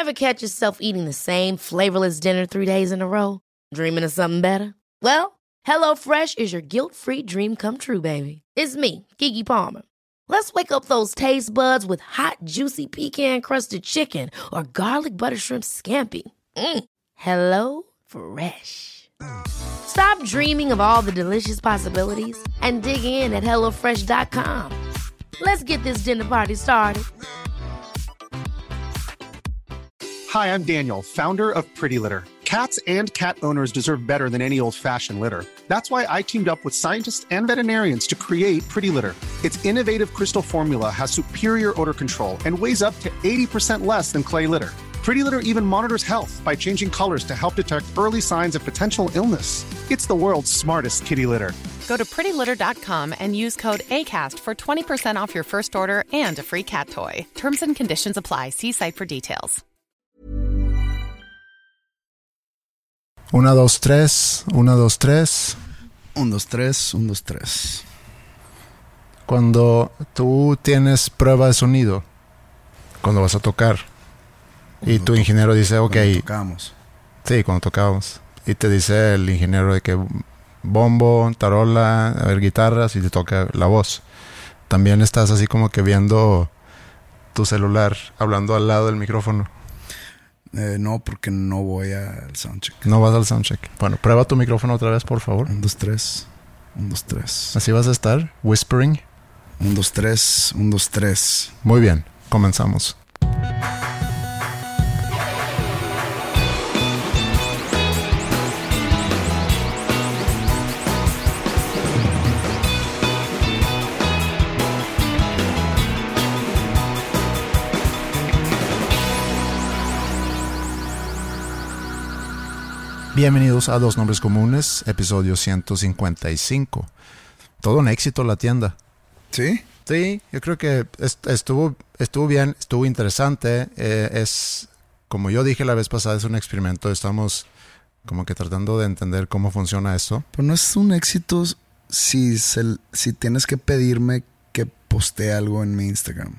Ever catch yourself eating the same flavorless dinner 3 days in a row? Dreaming of something better? Well, HelloFresh is your guilt-free dream come true, baby. It's me, Keke Palmer. Let's wake up those taste buds with hot, juicy pecan-crusted chicken or garlic butter shrimp scampi. Hello Fresh. Stop dreaming of all the delicious possibilities and dig in at HelloFresh.com. Let's get this dinner party started. Hi, I'm Daniel, founder of Pretty Litter. Cats and cat owners deserve better than any old-fashioned litter. That's why I teamed up with scientists and veterinarians to create Pretty Litter. Its innovative crystal formula has superior odor control and weighs up to 80% less than clay litter. Pretty Litter even monitors health by changing colors to help detect early signs of potential illness. It's the world's smartest kitty litter. Go to prettylitter.com and use code ACAST for 20% off your first order and a free cat toy. Terms and conditions apply. See site for details. 1, 2, 3, 1, 2, 3. 1, 2, 3, 1, 2, 3. Cuando tú tienes prueba de sonido, cuando vas a tocar, y tu ingeniero dice, ok. Cuando tocábamos. Sí, cuando tocábamos. Y te dice el ingeniero de que bombo, tarola, a ver, guitarras, y te toca la voz. También estás así como que viendo tu celular, hablando al lado del micrófono. No, porque no voy al soundcheck. No vas al soundcheck. Bueno, prueba tu micrófono otra vez, por favor. 1, 2, 3. 1, 2, 3. Así vas a estar, whispering. 1, 2, 3. 1, 2, 3. Muy bien, comenzamos. Bienvenidos a Dos Nombres Comunes, episodio 155. Todo un éxito la tienda. ¿Sí? Sí, yo creo que estuvo bien, estuvo interesante. Es, como yo dije la vez pasada, es un experimento. Estamos como que tratando de entender cómo funciona esto. Pero no es un éxito si tienes que pedirme que postee algo en mi Instagram.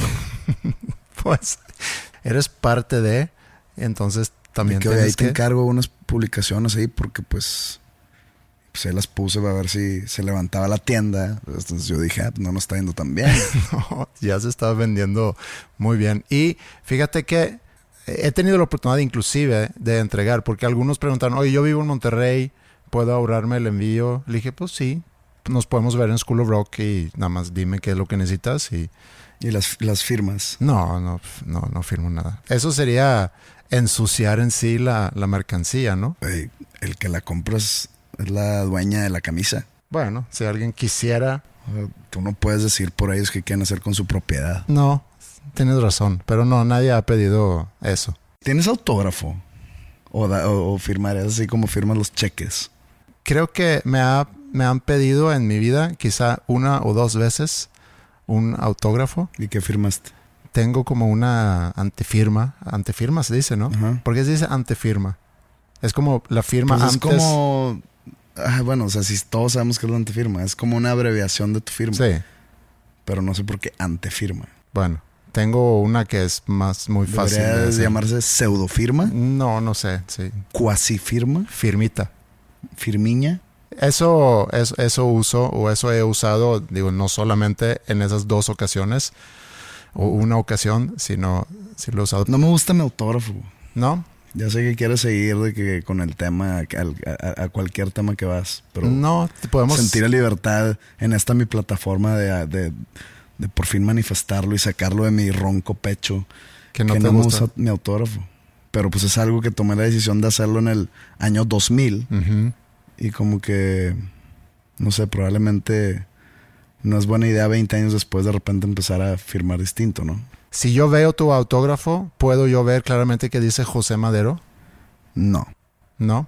Pues, eres parte de, entonces también que ahí te encargo unas publicaciones ahí porque pues ahí las puse para ver si se levantaba la tienda. Entonces yo dije, no nos está yendo tan bien. No, ya se está vendiendo muy bien. Y fíjate que he tenido la oportunidad inclusive de entregar, porque algunos preguntan, oye, yo vivo en Monterrey, ¿puedo ahorrarme el envío? Le dije, pues sí, nos podemos ver en School of Rock y nada más dime qué es lo que necesitas. ¿Y las firmas? No firmo nada. Eso sería ensuciar en sí la mercancía, ¿no? El que la compras es la dueña de la camisa. Bueno, si alguien quisiera... Tú no puedes decir por ellos qué quieren hacer con su propiedad. No, tienes razón, pero no, nadie ha pedido eso. ¿Tienes autógrafo? ¿O firmarías así como firmas los cheques? Creo que me han pedido en mi vida quizá 1 o 2 veces un autógrafo. ¿Y qué firmaste? Tengo como una antefirma. Antefirma se dice, ¿no? Ajá. ¿Por qué se dice antefirma? Es como la firma pues antes. Es como... bueno, o sea, si todos sabemos que es la antefirma. Es como una abreviación de tu firma. Sí. Pero no sé por qué antefirma. Bueno, tengo una que es muy fácil. ¿Debería llamarse pseudofirma? No sé, sí. ¿Cuasifirma? Firmita. ¿Firmiña? Eso uso, o eso he usado, digo, no solamente en esas 2 ocasiones, o una ocasión, sino si lo he usado. No me gusta mi autógrafo. ¿No? Ya sé que quieres seguir de que con el tema, a cualquier tema que vas, pero no, podemos sentir la libertad en esta mi plataforma de por fin manifestarlo y sacarlo de mi ronco pecho, que no me gusta mi autógrafo. Pero pues es algo que tomé la decisión de hacerlo en el año 2000. Uh-huh. Y como que, no sé, probablemente no es buena idea 20 años después de repente empezar a firmar distinto, ¿no? Si yo veo tu autógrafo, ¿puedo yo ver claramente que dice José Madero? No. ¿No?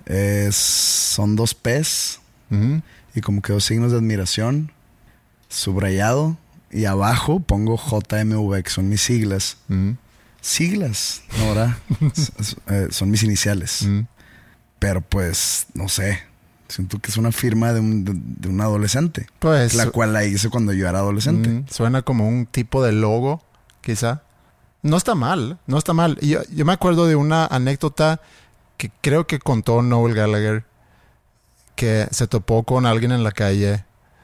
Son 2 P's. Uh-huh. Y como que 2 signos de admiración, subrayado, y abajo pongo JMV, que son mis siglas. Uh-huh. Siglas, ¿no, verdad? Son mis iniciales. Uh-huh. Pero pues, no sé. Siento que es una firma de un adolescente. Pues, la cual la hice cuando yo era adolescente. Suena como un tipo de logo, quizá. No está mal, no está mal. Yo me acuerdo de una anécdota que creo que contó Noel Gallagher, que se topó con alguien en la calle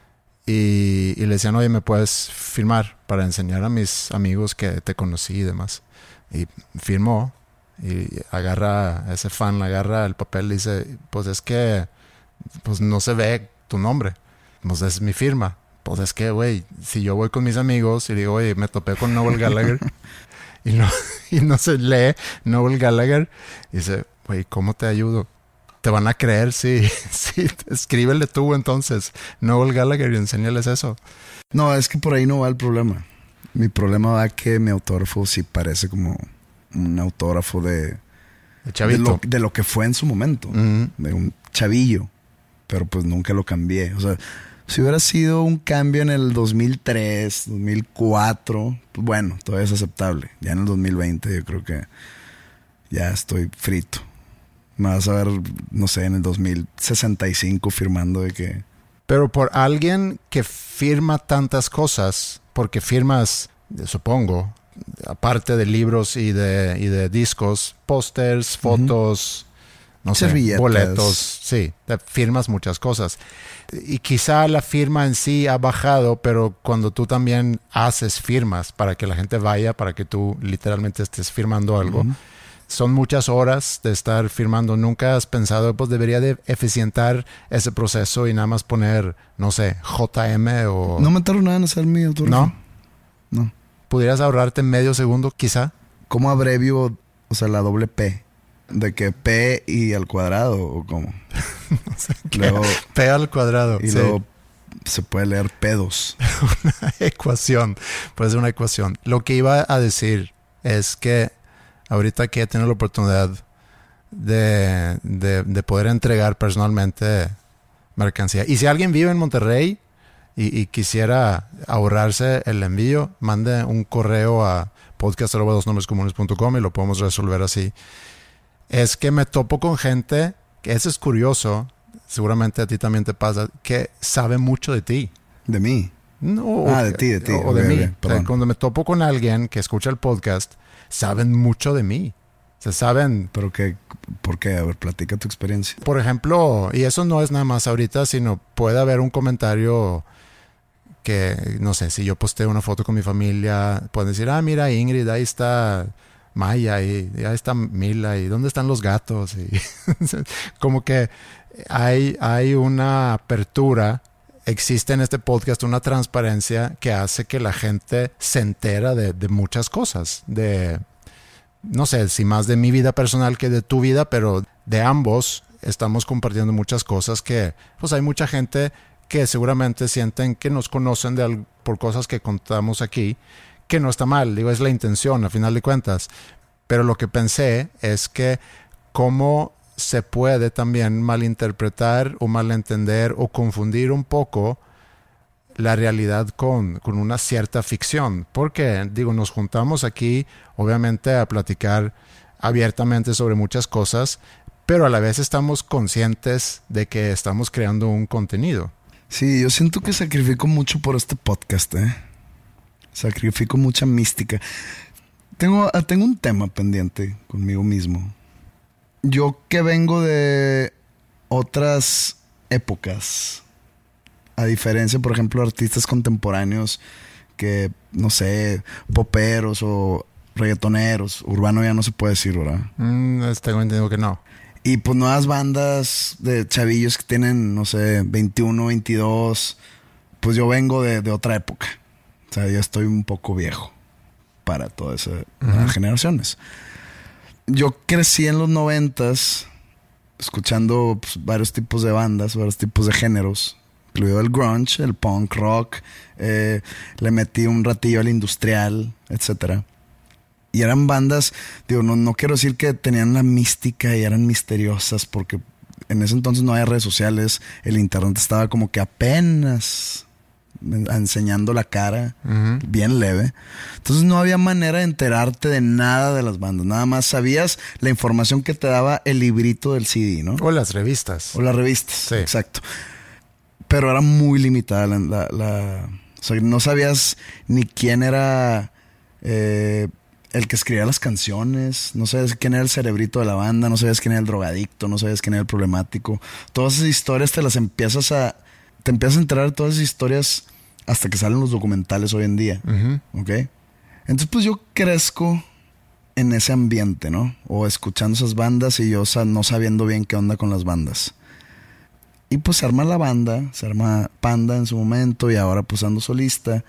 y le decían, oye, ¿me puedes firmar para enseñar a mis amigos que te conocí y demás? Y firmó y agarra a ese fan, agarra el papel y dice, pues es que pues no se ve tu nombre, pues es mi firma. Pues es que, güey, si yo voy con mis amigos y digo, oye, me topé con Noel Gallagher y no se lee Noel Gallagher, y dice, güey, ¿cómo te ayudo? Te van a creer, sí, escríbele tú entonces Noel Gallagher y enséñales eso. No, es que por ahí no va el problema. Mi problema va que mi autógrafo sí parece como un autógrafo de chavito. De lo que fue en su momento, de un chavillo, pero pues nunca lo cambié. O sea, si hubiera sido un cambio en el 2003, 2004, pues bueno, todavía es aceptable. Ya en el 2020 yo creo que ya estoy frito. Me vas a ver, no sé, en el 2065 firmando de que... Pero por alguien que firma tantas cosas, porque firmas, supongo, aparte de libros y de discos, pósters, fotos, no sé, boletos, sí, firmas muchas cosas. Y quizá la firma en sí ha bajado, pero cuando tú también haces firmas para que la gente vaya, para que tú literalmente estés firmando algo, son muchas horas de estar firmando. ¿Nunca has pensado, pues debería de eficientar ese proceso y nada más poner, no sé, JM o... No me tardo nada en hacer mi autógrafo. ¿No? ¿Pudieras ahorrarte medio segundo, quizá? ¿Cómo abrevio, o sea, la doble P? ¿De que P y al cuadrado o cómo? No sé qué. Luego, P al cuadrado. Y sí. luego se puede leer pedos. Una ecuación. Puede ser una ecuación. Lo que iba a decir es que ahorita que he tenido la oportunidad de poder entregar personalmente mercancía. Y si alguien vive en Monterrey y quisiera ahorrarse el envío, mande un correo a podcast@dosnombrescomunes.com y lo podemos resolver así. Es que me topo con gente, que eso es curioso, seguramente a ti también te pasa, que sabe mucho de ti. ¿De mí? No, de ti. O de mí. O sea, cuando me topo con alguien que escucha el podcast, saben mucho de mí. Se saben... ¿Pero qué? ¿Por qué? A ver, platica tu experiencia. Por ejemplo, y eso no es nada más ahorita, sino puede haber un comentario que, no sé, si yo posteo una foto con mi familia, pueden decir, mira Ingrid, ahí está Maya, y ahí está Mila, y ¿dónde están los gatos? Y como que hay una apertura, existe en este podcast una transparencia que hace que la gente se entera de muchas cosas, no sé si más de mi vida personal que de tu vida, pero de ambos estamos compartiendo muchas cosas que pues hay mucha gente que seguramente sienten que nos conocen por cosas que contamos aquí, que no está mal, digo, es la intención a final de cuentas. Pero lo que pensé es que cómo se puede también malinterpretar o malentender o confundir un poco la realidad con una cierta ficción. Porque, digo, nos juntamos aquí obviamente a platicar abiertamente sobre muchas cosas, pero a la vez estamos conscientes de que estamos creando un contenido. Sí, yo siento que sacrifico mucho por este podcast, Sacrifico mucha mística. Tengo un tema pendiente conmigo mismo. Yo que vengo de otras épocas, a diferencia, por ejemplo, de artistas contemporáneos que, no sé, poperos o reggaetoneros, urbano ya no se puede decir, ¿verdad? Tengo entendido que no. Y pues nuevas bandas de chavillos que tienen, no sé, 21, 22. Pues yo vengo de otra época. O sea, ya estoy un poco viejo para todas esas generaciones. Yo crecí en los 90s escuchando pues, varios tipos de bandas, varios tipos de géneros, incluido el grunge, el punk rock. Le metí un ratillo al industrial, etcétera. Y eran bandas, digo, no quiero decir que tenían la mística y eran misteriosas, porque en ese entonces no había redes sociales, el internet estaba como que apenas enseñando la cara, bien leve. Entonces no había manera de enterarte de nada de las bandas, nada más sabías la información que te daba el librito del CD, ¿no? O las revistas. O las revistas, sí. Exacto. Pero era muy limitada o sea, no sabías ni quién era... el que escribía las canciones, no sabías quién era el cerebrito de la banda, no sabías quién era el drogadicto, no sabías quién era el problemático. Todas esas historias te empiezas a enterar de todas esas historias hasta que salen los documentales hoy en día. ¿Ok? Entonces pues yo crezco en ese ambiente, ¿no? O escuchando esas bandas y yo no sabiendo bien qué onda con las bandas. Y pues se arma la banda, se arma Panda en su momento y ahora pues ando solista.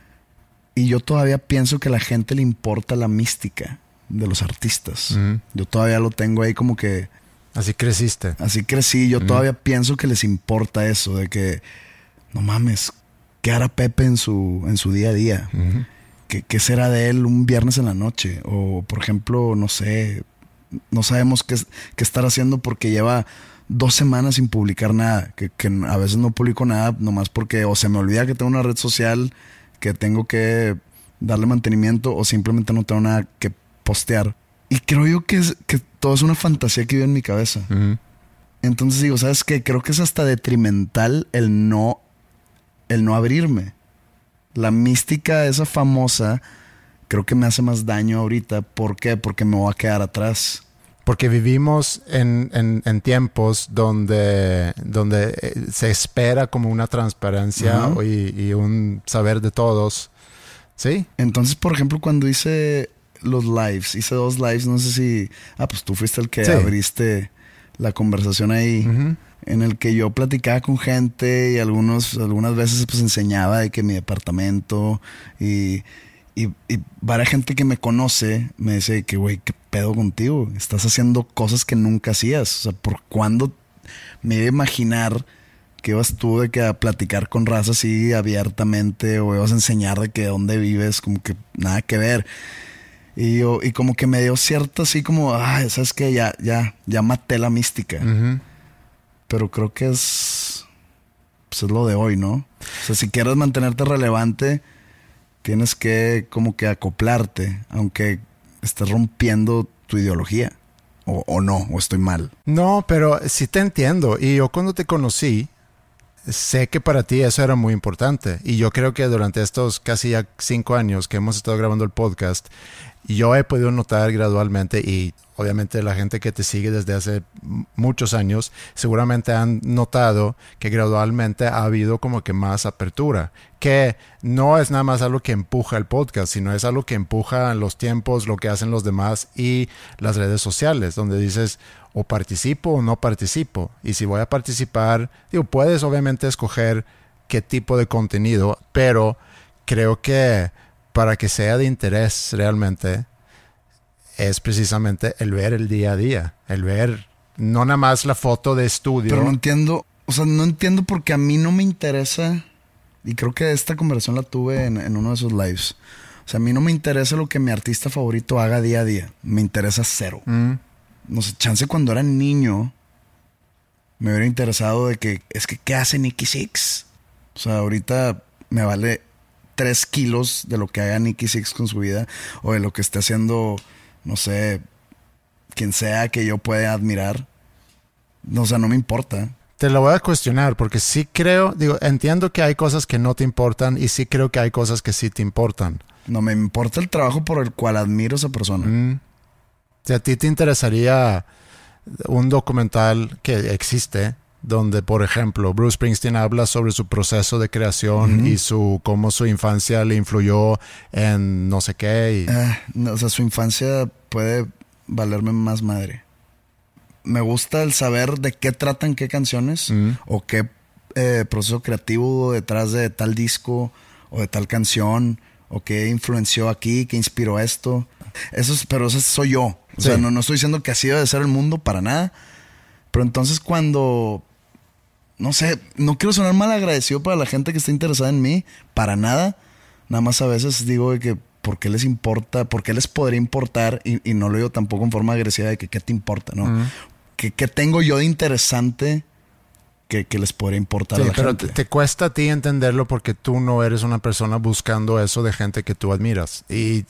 Y yo todavía pienso que a la gente le importa la mística de los artistas. Yo todavía lo tengo ahí como que... Así creciste. Así crecí. Yo todavía pienso que les importa eso. De que, no mames, ¿qué hará Pepe en su día a día? ¿Qué será de él un viernes en la noche? O, por ejemplo, no sé, no sabemos qué estar haciendo porque lleva 2 semanas sin publicar nada. Que a veces no publico nada nomás porque o se me olvida que tengo una red social que tengo que darle mantenimiento o simplemente no tengo nada que postear. Y creo yo que todo es una fantasía que vive en mi cabeza. Entonces digo, ¿sabes qué? Creo que es hasta detrimental el no abrirme. La mística esa famosa creo que me hace más daño ahorita. ¿Por qué? Porque me voy a quedar atrás. Porque vivimos en tiempos donde se espera como una transparencia y un saber de todos. ¿Sí? Entonces, por ejemplo, cuando hice los lives, hice 2 lives, no sé si... pues tú fuiste el que abriste la conversación ahí. En el que yo platicaba con gente y algunas veces pues enseñaba de que mi departamento y varias gente que me conoce me dice que, güey, ¿qué pedo contigo? Estás haciendo cosas que nunca hacías. O sea, ¿por cuándo me iba a imaginar que ibas tú de que a platicar con raza así abiertamente o ibas a enseñar de que dónde vives? Como que nada que ver. Y como que me dio cierta así como, ¿sabes qué? Ya maté la mística. Pero creo que es lo de hoy, ¿no? O sea, si quieres mantenerte relevante, tienes que como que acoplarte, aunque estés rompiendo tu ideología. O no, o estoy mal. No, pero sí te entiendo. Y yo cuando te conocí, sé que para ti eso era muy importante. Y yo creo que durante estos casi ya 5 años que hemos estado grabando el podcast, yo he podido notar gradualmente, y obviamente la gente que te sigue desde hace muchos años seguramente han notado que gradualmente ha habido como que más apertura, que no es nada más algo que empuja el podcast, sino es algo que empuja los tiempos, lo que hacen los demás y las redes sociales, donde dices o participo o no participo. Y si voy a participar, puedes obviamente escoger qué tipo de contenido, pero creo que para que sea de interés realmente es precisamente el ver el día a día, el ver no nada más la foto de estudio. Pero no entiendo, no entiendo porque a mí no me interesa, y creo que esta conversación la tuve en uno de esos lives. O sea, a mí no me interesa lo que mi artista favorito haga día a día, me interesa 0. No sé, chance cuando era niño me hubiera interesado de que, ¿qué hace Nicky Six? O sea, ahorita me vale 3 kilos de lo que haga Nicky Six con su vida o de lo que esté haciendo, no sé, quien sea que yo pueda admirar. O sea, no me importa. Te lo voy a cuestionar porque sí creo, entiendo que hay cosas que no te importan y sí creo que hay cosas que sí te importan. No, me importa el trabajo por el cual admiro a esa persona. Si a ti te interesaría un documental que existe donde, por ejemplo, Bruce Springsteen habla sobre su proceso de creación y cómo su infancia le influyó en no sé qué. No, o sea, su infancia puede valerme más madre. Me gusta el saber de qué tratan qué canciones o qué proceso creativo hubo detrás de tal disco o de tal canción o qué influenció aquí, qué inspiró esto. Pero eso soy yo. O sea, no estoy diciendo que así debe de ser el mundo para nada. Pero entonces cuando... No sé, no quiero sonar mal agradecido para la gente que está interesada en mí. Para nada. Nada más a veces digo de que ¿por qué les importa? ¿Por qué les podría importar? Y no lo digo tampoco en forma agresiva de que ¿qué te importa? ¿No? ¿Qué tengo yo de interesante que les podría importar a la gente? Pero te cuesta a ti entenderlo porque tú no eres una persona buscando eso de gente que tú admiras. Y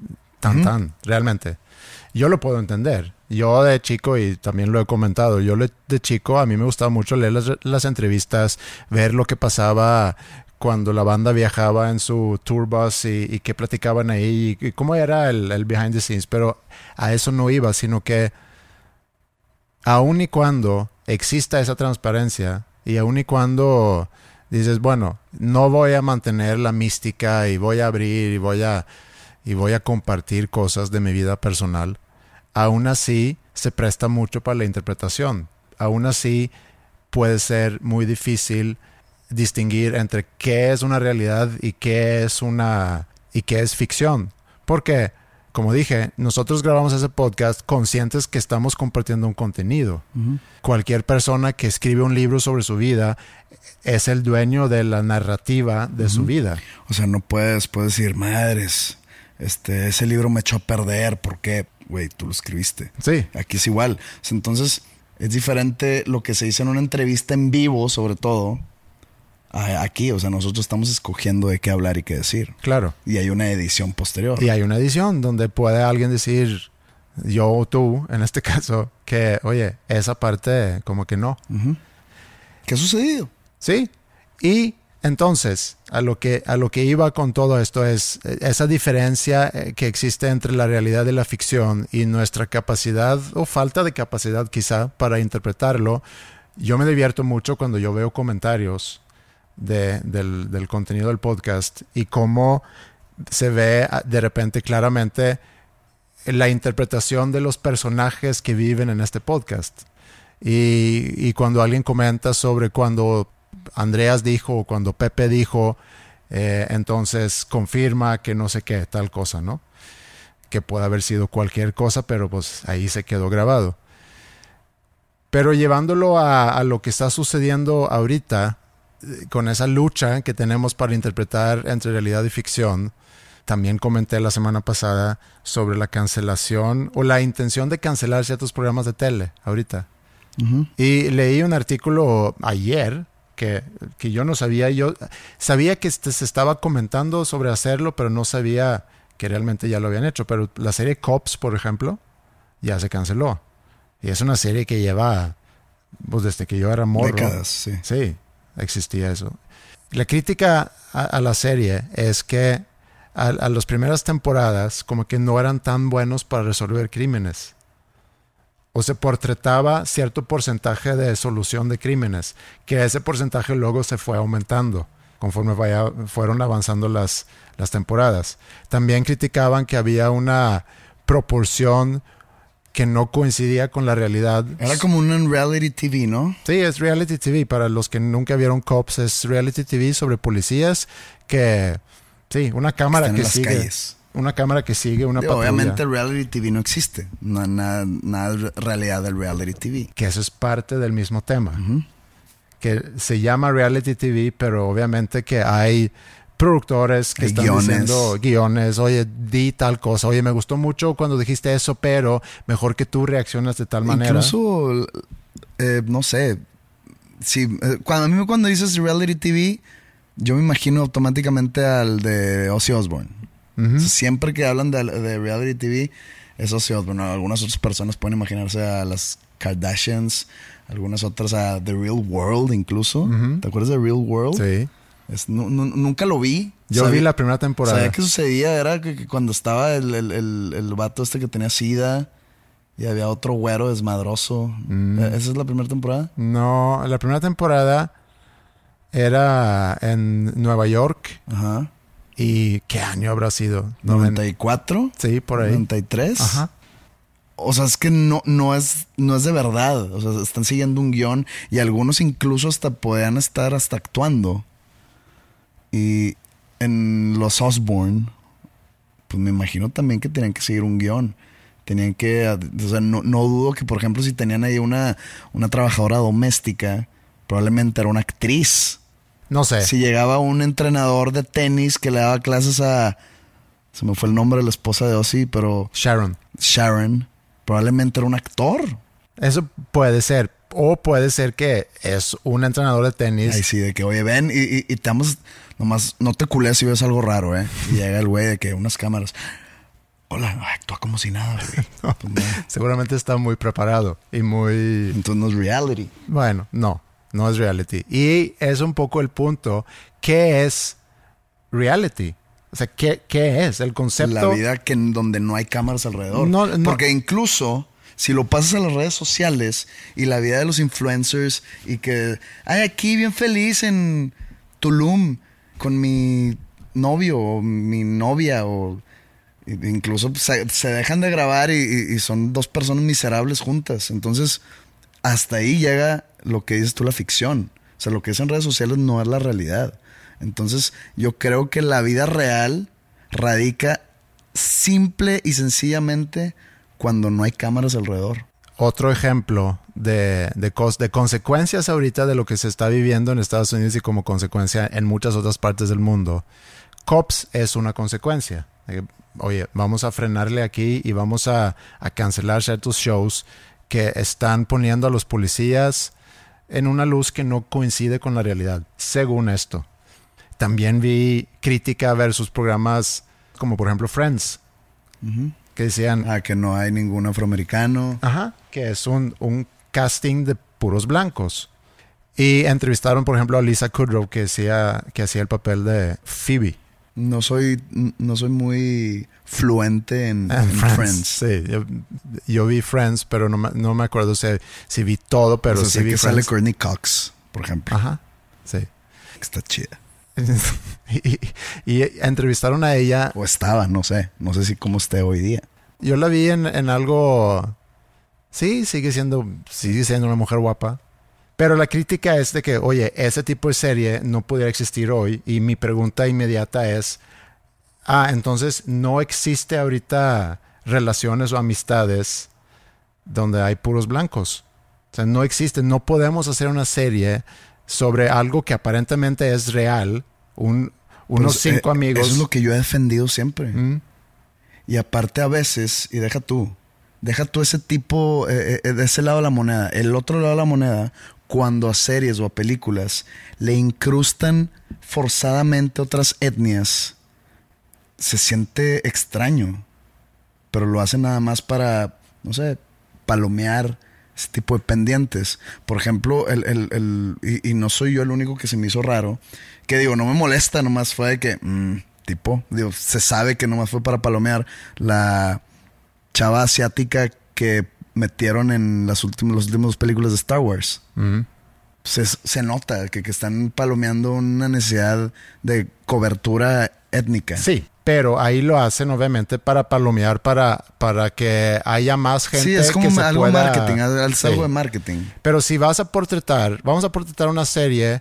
realmente. Yo lo puedo entender. Yo de chico, y también lo he comentado, de chico a mí me gustaba mucho leer las entrevistas, ver lo que pasaba cuando la banda viajaba en su tour bus y qué platicaban ahí y cómo era el behind the scenes, pero a eso no iba, sino que aun y cuando exista esa transparencia y aun y cuando dices, bueno, no voy a mantener la mística y voy a abrir y voy a compartir cosas de mi vida personal, aún así se presta mucho para la interpretación. Aún así puede ser muy difícil distinguir entre qué es una realidad y qué es ficción. Porque, como dije, nosotros grabamos ese podcast conscientes que estamos compartiendo un contenido. Uh-huh. Cualquier persona que escribe un libro sobre su vida es el dueño de la narrativa de su vida. O sea, no puedes decir, madres, ese libro me echó a perder porque, güey, tú lo escribiste. Sí. Aquí es igual. O sea, entonces, es diferente lo que se dice en una entrevista en vivo, sobre todo, aquí. O sea, nosotros estamos escogiendo de qué hablar y qué decir. Claro. Y hay una edición posterior. Y hay una edición donde puede alguien decir, yo o tú, en este caso, que, oye, esa parte como que no. Uh-huh. ¿Qué ha sucedido? Sí. Y entonces, a lo que iba con todo esto es esa diferencia que existe entre la realidad y la ficción y nuestra capacidad o falta de capacidad quizá para interpretarlo. Yo me divierto mucho cuando yo veo comentarios del contenido del podcast y cómo se ve de repente claramente la interpretación de los personajes que viven en este podcast. Y cuando alguien comenta sobre cuando Andreas dijo o cuando Pepe dijo, entonces confirma que no sé qué, tal cosa, ¿no? Que puede haber sido cualquier cosa, pero pues ahí se quedó grabado. Pero llevándolo a lo que está sucediendo ahorita, con esa lucha que tenemos para interpretar entre realidad y ficción, también comenté la semana pasada sobre la cancelación o la intención de cancelar ciertos programas de tele ahorita. Uh-huh. Y leí un artículo ayer que yo no sabía. Yo sabía que se estaba comentando sobre hacerlo, pero no sabía que realmente ya lo habían hecho. Pero la serie Cops, por ejemplo, ya se canceló. Y es una serie que lleva, pues desde que yo era morro. Décadas, sí. Sí, existía eso. La crítica a la serie es que a las primeras temporadas como que no eran tan buenos para resolver crímenes. O se portretaba cierto porcentaje de solución de crímenes, que ese porcentaje luego se fue aumentando conforme fueron avanzando las temporadas. También criticaban que había una proporción que no coincidía con la realidad. Era como un reality TV, ¿no? Sí, es reality TV. Para los que nunca vieron Cops, es reality TV sobre policías que... Sí, una cámara que sigue... Calles. Una cámara que sigue una patrulla. Obviamente el reality TV no existe. Nada de realidad del reality TV. Que eso es parte del mismo tema. Uh-huh. Que se llama reality TV, pero obviamente que hay productores que están diciendo guiones. Oye, di tal cosa. Oye, me gustó mucho cuando dijiste eso, pero mejor que tú reaccionas de tal manera. Incluso, no sé. Sí, cuando dices reality TV, yo me imagino automáticamente al de Ozzy Osbourne. Uh-huh. O sea, siempre que hablan de reality TV es Ozzy Osbourne. Algunas otras personas pueden imaginarse a las Kardashians, algunas otras a The Real World incluso. Uh-huh. ¿Te acuerdas de Real World? Sí. Nunca lo vi. Yo vi la primera temporada. ¿Sabía qué sucedía? Era que cuando estaba el vato que tenía SIDA y había otro güero desmadroso. ¿Esa es la primera temporada? No, la primera temporada era en Nueva York. Ajá. ¿Y qué año habrá sido? ¿94? Sí, por ahí. ¿93? Ajá. O sea, es que no es de verdad. O sea, están siguiendo un guión y algunos incluso hasta podían estar hasta actuando. Y en los Osbourne, pues me imagino también que tenían que seguir un guión. Tenían que... O sea, no dudo que, por ejemplo, si tenían ahí una trabajadora doméstica, probablemente era una actriz. No sé. Si llegaba un entrenador de tenis que le daba clases a... Se me fue el nombre de la esposa de Ozzy, pero... Sharon. Probablemente era un actor. Eso puede ser. O puede ser que es un entrenador de tenis. Ay, sí, de que, oye, ven y te vamos... Nomás no te culees si ves algo raro, ¿eh? Y llega el güey de que unas cámaras... Hola, actúa como si nada, güey. No, pues no. Seguramente está muy preparado y muy... Entonces no es reality. Bueno, no. no es reality. Y es un poco el punto. ¿Qué es reality? O sea, ¿qué es el concepto? La vida donde no hay cámaras alrededor. No. Porque incluso si lo pasas a las redes sociales y la vida de los influencers y que, aquí bien feliz en Tulum con mi novio o mi novia o incluso se dejan de grabar y son dos personas miserables juntas. Entonces, hasta ahí llega lo que dices tú, la ficción. O sea, lo que es en redes sociales no es la realidad. Entonces, yo creo que la vida real radica simple y sencillamente cuando no hay cámaras alrededor. Otro ejemplo de consecuencias ahorita de lo que se está viviendo en Estados Unidos y como consecuencia en muchas otras partes del mundo. Cops es una consecuencia. Oye, vamos a frenarle aquí y vamos a cancelar ciertos shows que están poniendo a los policías en una luz que no coincide con la realidad, según esto. También vi crítica versus programas como por ejemplo Friends, que decían... que no hay ningún afroamericano. Ajá, que es un casting de puros blancos. Y entrevistaron por ejemplo a Lisa Kudrow que hacía el papel de Phoebe. No soy muy fluente en Friends. Sí, yo vi Friends, pero no me acuerdo si vi todo, pero o sea, sí sé vi que Friends. Sale Courtney Cox, por ejemplo. Ajá, sí. Está chida. y entrevistaron a ella. O estaba, no sé si cómo esté hoy día. Yo la vi en algo. Sí, sigue siendo una mujer guapa. Pero la crítica es de que, oye, ese tipo de serie no pudiera existir hoy. Y mi pregunta inmediata es, entonces no existe ahorita relaciones o amistades donde hay puros blancos. O sea, no existe, no podemos hacer una serie sobre algo que aparentemente es real. Unos 5 amigos. Eso es lo que yo he defendido siempre. Y aparte a veces, y deja tú ese tipo, de ese lado de la moneda. El otro lado de la moneda, cuando a series o a películas le incrustan forzadamente otras etnias, se siente extraño. Pero lo hacen nada más para, no sé, palomear ese tipo de pendientes. Por ejemplo, y no soy yo el único que se me hizo raro, que digo, no me molesta, nomás fue de que, se sabe que nomás fue para palomear la chava asiática que metieron en las últimas películas de Star Wars. Se nota que están palomeando una necesidad de cobertura étnica. Sí, pero ahí lo hacen obviamente para palomear, para que haya más gente. Sí, es como que se algo pueda... marketing, sí. algo de marketing. Pero si vamos a portretar una serie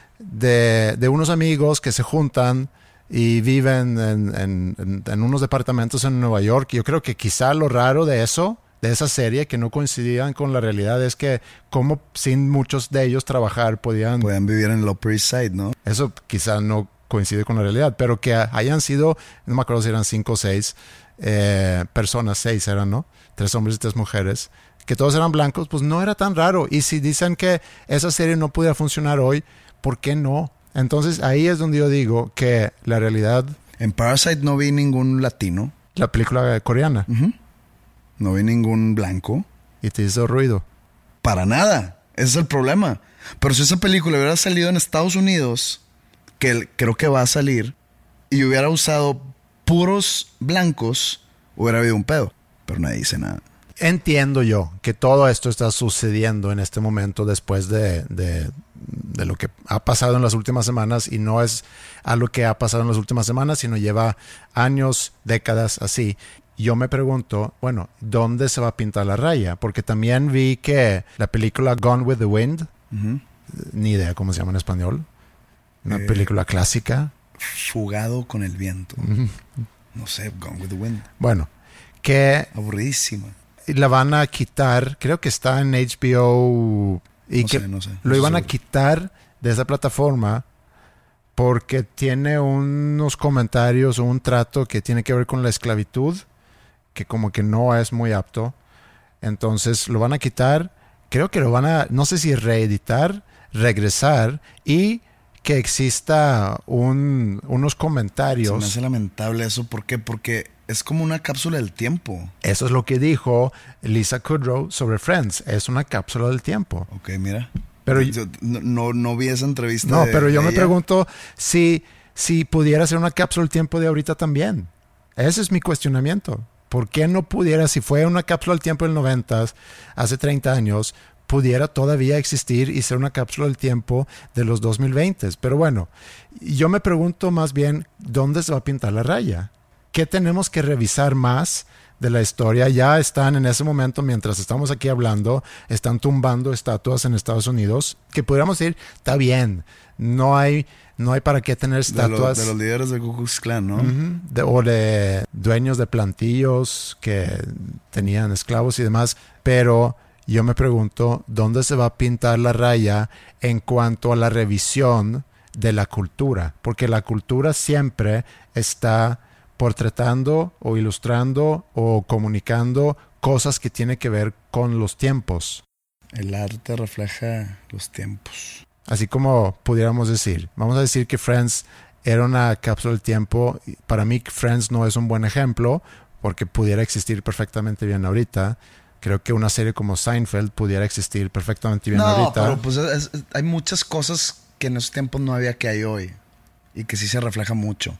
de unos amigos que se juntan y viven en unos departamentos en Nueva York. Yo creo que quizá lo raro de esa serie que no coincidían con la realidad es que como sin muchos de ellos trabajar podían vivir en el Upper East Side, ¿no? Eso quizá no coincide con la realidad, pero que hayan sido, no me acuerdo si eran 5 o 6 personas, 6 eran, ¿no? 3 hombres y 3 mujeres, que todos eran blancos, pues no era tan raro. Y si dicen que esa serie no pudiera funcionar hoy, ¿por qué no? Entonces ahí es donde yo digo que la realidad... En Parasite no vi ningún latino. La película coreana. No vi ningún blanco. ¿Y te hizo ruido? Para nada. Ese es el problema. Pero si esa película hubiera salido en Estados Unidos, que creo que va a salir, y hubiera usado puros blancos, hubiera habido un pedo. Pero nadie dice nada. Entiendo yo que todo esto está sucediendo en este momento después de lo que ha pasado en las últimas semanas, y no es algo que ha pasado en las últimas semanas, sino lleva años, décadas así. Yo me pregunto, bueno, ¿dónde se va a pintar la raya? Porque también vi que la película Gone with the Wind, ni idea cómo se llama en español, una película clásica. Fugado con el viento. No sé, Gone with the Wind. Bueno, que... aburridísima. La van a quitar, creo que está en HBO... Y no sé. Lo iban a quitar de esa plataforma porque tiene unos comentarios o un trato que tiene que ver con la esclavitud, que como que no es muy apto. Entonces lo van a quitar. Creo que lo van a, no sé si reeditar, regresar, y que exista unos comentarios. Se me hace lamentable eso. ¿Por qué? Porque es como una cápsula del tiempo. Eso es lo que dijo Lisa Kudrow sobre Friends. Es una cápsula del tiempo. Ok, mira. Pero no vi esa entrevista. No, pero yo me pregunto si pudiera ser una cápsula del tiempo de ahorita también. Ese es mi cuestionamiento. ¿Por qué no pudiera, si fue una cápsula del tiempo del 90, hace 30 años, pudiera todavía existir y ser una cápsula del tiempo de los 2020? Pero bueno, yo me pregunto más bien, ¿dónde se va a pintar la raya? ¿Qué tenemos que revisar más de la historia? Ya están en ese momento, mientras estamos aquí hablando, están tumbando estatuas en Estados Unidos, que podríamos decir, está bien, no hay para qué tener estatuas. De los líderes de Ku Klux Klan, ¿no? O de dueños de plantillos que tenían esclavos y demás. Pero yo me pregunto, ¿dónde se va a pintar la raya en cuanto a la revisión de la cultura? Porque la cultura siempre está portretando o ilustrando o comunicando cosas que tienen que ver con los tiempos. El arte refleja los tiempos. Así como pudiéramos decir, vamos a decir que Friends era una cápsula del tiempo. Para mí Friends no es un buen ejemplo porque pudiera existir perfectamente bien ahorita. Creo que una serie como Seinfeld pudiera existir perfectamente bien ahorita. No, pero pues hay muchas cosas que en esos tiempos no había que hay hoy y que sí se refleja mucho.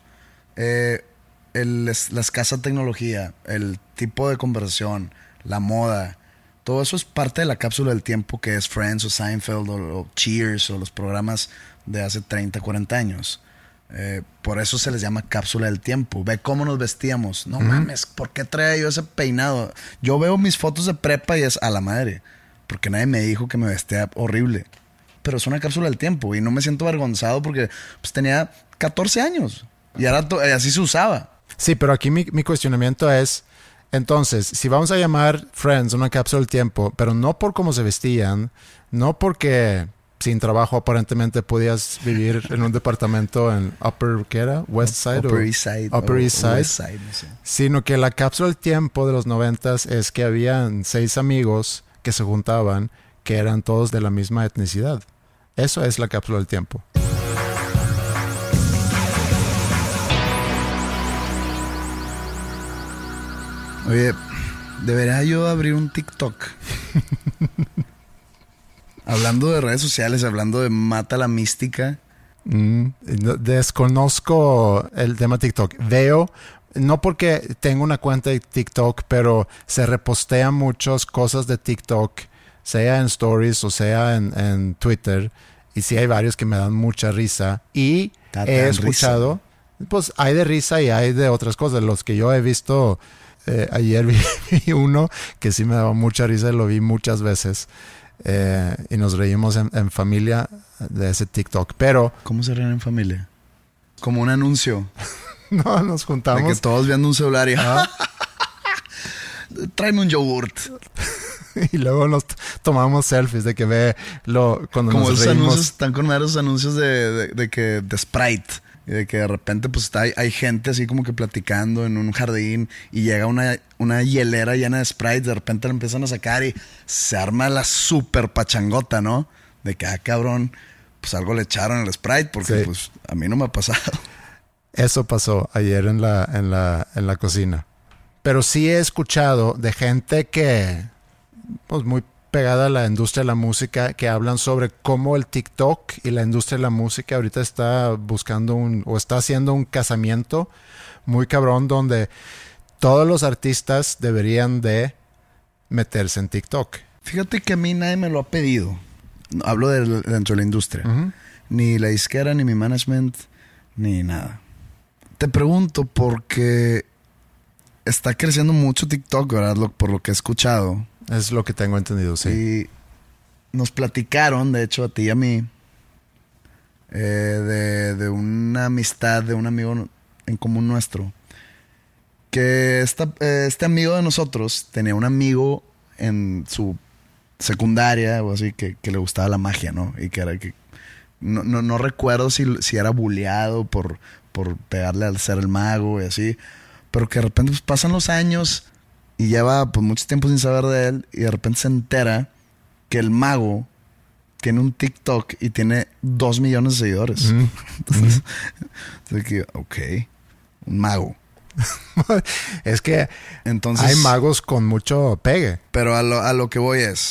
La escasa tecnología, el tipo de conversación, la moda, todo eso es parte de la cápsula del tiempo que es Friends o Seinfeld o Cheers o los programas de hace 30, 40 años. Por eso se les llama cápsula del tiempo. Ve cómo nos vestíamos. No mames, ¿por qué traía yo ese peinado? Yo veo mis fotos de prepa y es a la madre, porque nadie me dijo que me vestía horrible. Pero es una cápsula del tiempo y no me siento avergonzado porque pues, tenía 14 años y ahora así se usaba. Sí, pero aquí mi cuestionamiento es, entonces, si vamos a llamar Friends una cápsula del tiempo, pero no por cómo se vestían, no porque sin trabajo aparentemente podías vivir en un departamento en Upper, ¿qué era? West Side Upper East Side. Upper East Side, West Side, no sé. Sino que la cápsula del tiempo de los 90s es que habían 6 amigos que se juntaban que eran todos de la misma etnicidad. Eso es la cápsula del tiempo. Oye, debería yo abrir un TikTok. Hablando de redes sociales, hablando de mata la mística. Desconozco el tema TikTok. Veo, no porque tengo una cuenta de TikTok, pero se repostean muchas cosas de TikTok, sea en stories o sea en Twitter. Y sí hay varios que me dan mucha risa. Y he escuchado, pues hay de risa y hay de otras cosas. Los que yo he visto... ayer vi uno que sí me daba mucha risa y lo vi muchas veces y nos reímos en familia de ese TikTok. Pero ¿cómo se ríen en familia? Como un anuncio. No, nos juntamos de que todos viendo un celular y tráeme un yogurt. Y luego nos tomamos selfies de que ve cuando como nos esos reímos. Anuncios, están con esos anuncios de Sprite. Y de que de repente pues hay gente así como que platicando en un jardín y llega una hielera llena de Sprite, de repente la empiezan a sacar y se arma la super pachangota, ¿no? De que, cabrón, pues algo le echaron al Sprite porque pues a mí no me ha pasado. Eso pasó ayer en la cocina. Pero sí he escuchado de gente que, pues muy pegada a la industria de la música, que hablan sobre cómo el TikTok y la industria de la música ahorita está buscando está haciendo un casamiento muy cabrón donde todos los artistas deberían de meterse en TikTok. Fíjate que a mí nadie me lo ha pedido. Hablo dentro de la industria. Ni la disquera, ni mi management, ni nada. Te pregunto porque está creciendo mucho TikTok, ¿verdad? Por lo que he escuchado. Es lo que tengo entendido, sí. Y nos platicaron, de hecho, a ti y a mí, de una amistad de un amigo en común nuestro, que este amigo de nosotros tenía un amigo en su secundaria o así que le gustaba la magia, ¿no? Y que era que no recuerdo si era bulleado por pegarle al ser el mago y así, pero que de repente pues, pasan los años y lleva pues mucho tiempo sin saber de él y de repente se entera que el mago tiene un TikTok y tiene 2 millones de seguidores. Entonces, ok, un mago. Es que entonces, hay magos con mucho pegue. Pero a lo que voy es,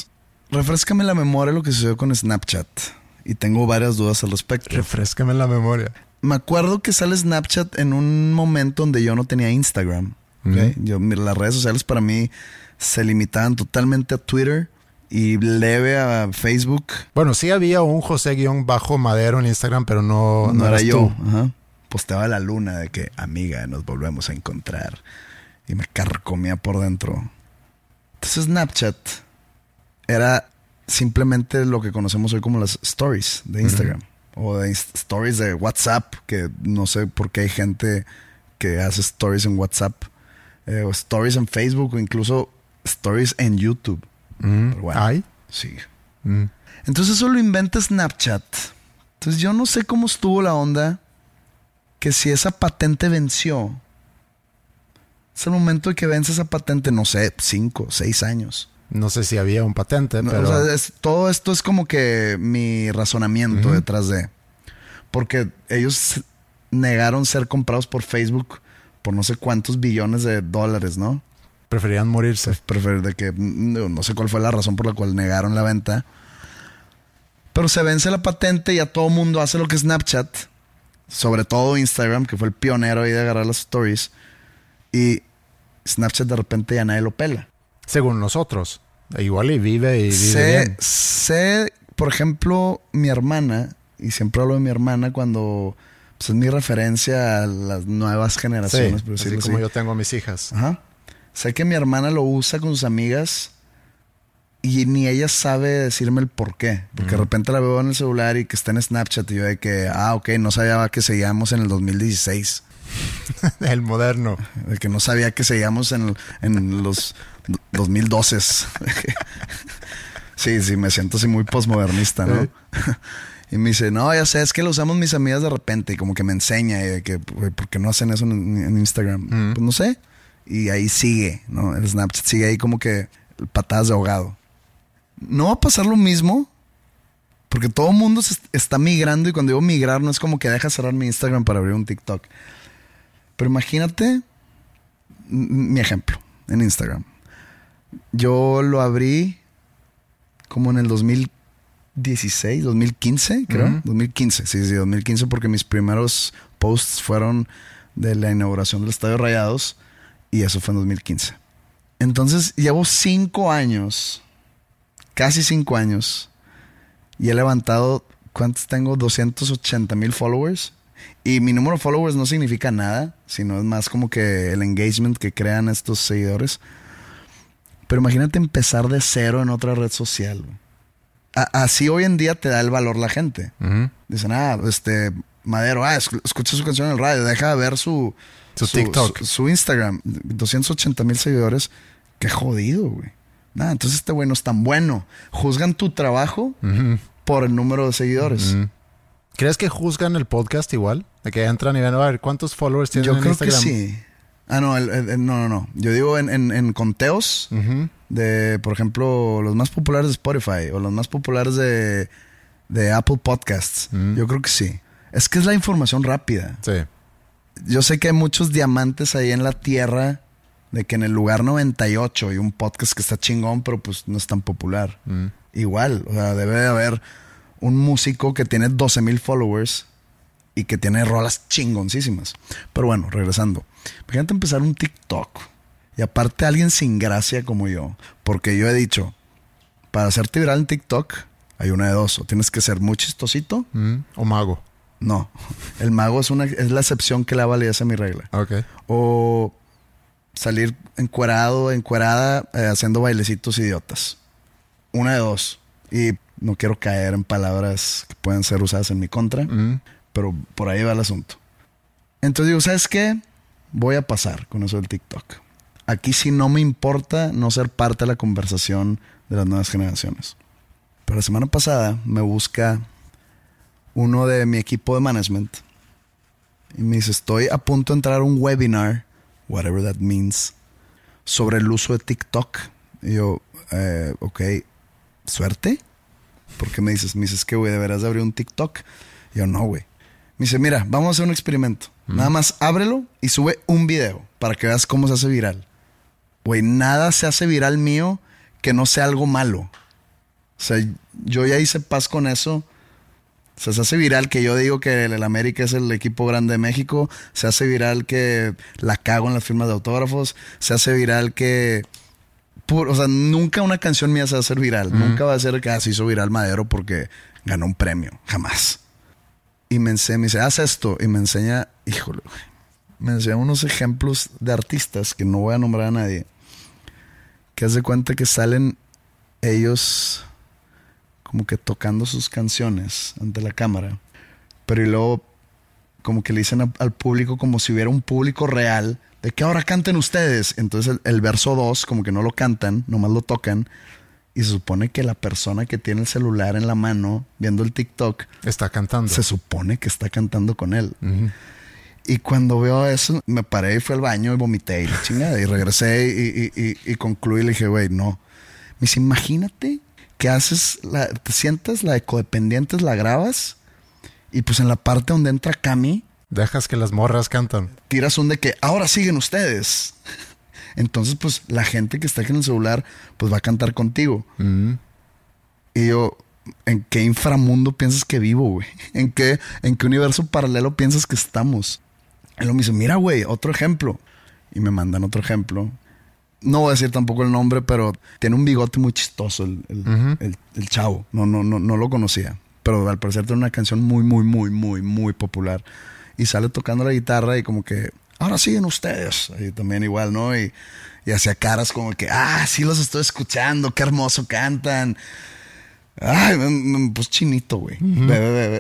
refréscame la memoria lo que sucedió con Snapchat. Y tengo varias dudas al respecto. Refréscame la memoria. Me acuerdo que sale Snapchat en un momento donde yo no tenía Instagram. ¿Okay? Las redes sociales para mí se limitaban totalmente a Twitter y leve a Facebook. Bueno, sí había un José-Madero en Instagram, pero no era yo. Tú. Ajá. Posteaba la luna de que, amiga, nos volvemos a encontrar. Y me carcomía por dentro. Entonces Snapchat era simplemente lo que conocemos hoy como las stories de Instagram. O de stories de WhatsApp, que no sé por qué hay gente que hace stories en WhatsApp. O stories en Facebook, o incluso stories en YouTube. Pero bueno, ¿Ay? Sí. Entonces eso lo inventa Snapchat. Entonces yo no sé cómo estuvo la onda, que si esa patente venció, es el momento de que vence esa patente, no sé, 5, 6 años. No sé si había un patente, pero... O sea, todo esto es como que mi razonamiento detrás de... Porque ellos negaron ser comprados por Facebook por no sé cuántos billones de dólares, ¿no? Preferían morirse. De que no sé cuál fue la razón por la cual negaron la venta. Pero se vence la patente y ya todo el mundo hace lo que es Snapchat. Sobre todo Instagram, que fue el pionero ahí de agarrar las stories. Y Snapchat de repente ya nadie lo pela. Según nosotros. Igual y vive bien. Sé, por ejemplo, mi hermana, y siempre hablo de mi hermana cuando... Pues es mi referencia a las nuevas generaciones. Sí, así como yo tengo a mis hijas. Ajá. Sé que mi hermana lo usa con sus amigas y ni ella sabe decirme el por qué. Porque de repente la veo en el celular y que está en Snapchat y yo de que, ok, no sabía que seguíamos en el 2016. El moderno. De que no sabía que seguíamos en los 2012. Sí, me siento así muy postmodernista, ¿no? Sí. Y me dice, no, ya sé, es que lo usamos mis amigas de repente. Y como que me enseña y de que, ¿por qué no hacen eso en Instagram? Pues no sé. Y ahí sigue, ¿no? El Snapchat sigue ahí como que patadas de ahogado. No va a pasar lo mismo porque todo el mundo se está migrando. Y cuando digo migrar no es como que deja cerrar mi Instagram para abrir un TikTok. Pero imagínate mi ejemplo en Instagram. Yo lo abrí como en el 2016, 2015, creo. 2015, sí, 2015, porque mis primeros posts fueron de la inauguración del Estadio Rayados. Y eso fue en 2015. Entonces llevo 5 años, casi 5 años, y he levantado, ¿cuántos tengo? 280,000 followers. Y mi número de followers no significa nada, sino es más como que el engagement que crean estos seguidores. Pero imagínate empezar de cero en otra red social. Así hoy en día te da el valor la gente. Dicen, Madero, escucha su canción en el radio, deja de ver su TikTok, su Instagram, 280,000 seguidores. Qué jodido, güey. Entonces este güey no es tan bueno. Juzgan tu trabajo por el número de seguidores. ¿Crees que juzgan el podcast igual? De que entran y ven, a ver, ¿cuántos followers tienen en Instagram? Yo creo que sí. No. Yo digo en conteos de, por ejemplo, los más populares de Spotify o los más populares de Apple Podcasts. Yo creo que sí. Es que es la información rápida. Sí. Yo sé que hay muchos diamantes ahí en la tierra de que en el lugar 98 y un podcast que está chingón, pero pues no es tan popular. Igual, o sea, debe de haber un músico que tiene 12,000 followers y que tiene rolas chingoncísimas. Pero bueno, regresando. Imagínate empezar un TikTok y aparte alguien sin gracia como yo. Porque yo he dicho, para hacerte viral en TikTok hay una de dos. O tienes que ser muy chistosito. O mago. No, el mago es la excepción que la validez a mi regla. Okay. O salir encuerada, haciendo bailecitos idiotas. Una de dos. Y no quiero caer en palabras que pueden ser usadas en mi contra, pero por ahí va el asunto. Entonces digo, ¿sabes qué? Voy a pasar con eso del TikTok. Aquí sí no me importa no ser parte de la conversación de las nuevas generaciones. Pero la semana pasada me busca uno de mi equipo de management y me dice, estoy a punto de entrar a un webinar, whatever that means, sobre el uso de TikTok. Y yo, ok, ¿suerte? ¿Por qué me dices que, güey, deberás de abrir un TikTok? Y yo, no, güey. Me dice, mira, vamos a hacer un experimento. Nada más ábrelo y sube un video para que veas cómo se hace viral. Güey, nada se hace viral mío que no sea algo malo. O sea, yo ya hice paz con eso. O sea, se hace viral que yo digo que el América es el equipo grande de México. Se hace viral que la cago en las firmas de autógrafos. Se hace viral que... o sea, nunca una canción mía se va a hacer viral. Nunca va a ser que se hizo viral Madero porque ganó un premio. Jamás. Y me dice, haz esto. Y me enseña, híjole, me enseña unos ejemplos de artistas que no voy a nombrar a nadie. Que hace cuenta que salen ellos como que tocando sus canciones ante la cámara. Pero y luego como que le dicen al público como si hubiera un público real de que ahora canten ustedes. Entonces el verso 2 como que no lo cantan, nomás lo tocan. Y se supone que la persona que tiene el celular en la mano viendo el TikTok está cantando. Se supone que está cantando con él. Y cuando veo eso, me paré y fui al baño y vomité y la chingada. Y regresé y concluí y le dije, güey, no. Me dice, imagínate que haces, te sientas la de Codependientes, la grabas y pues en la parte donde entra Cami, dejas que las morras cantan. Tiras un de que ahora siguen ustedes. Entonces, pues la gente que está aquí en el celular, pues va a cantar contigo. Y yo, ¿en qué inframundo piensas que vivo, güey? ¿En qué universo paralelo piensas que estamos? Y luego me dice, mira, güey, otro ejemplo. Y me mandan otro ejemplo. No voy a decir tampoco el nombre, pero tiene un bigote muy chistoso el chavo. No lo conocía. Pero al parecer tiene una canción muy popular. Y sale tocando la guitarra y como que, ahora siguen ustedes. Y también igual, ¿no? Y hacía caras como que, sí los estoy escuchando, qué hermoso cantan. Ay, pues chinito, güey. Bebé.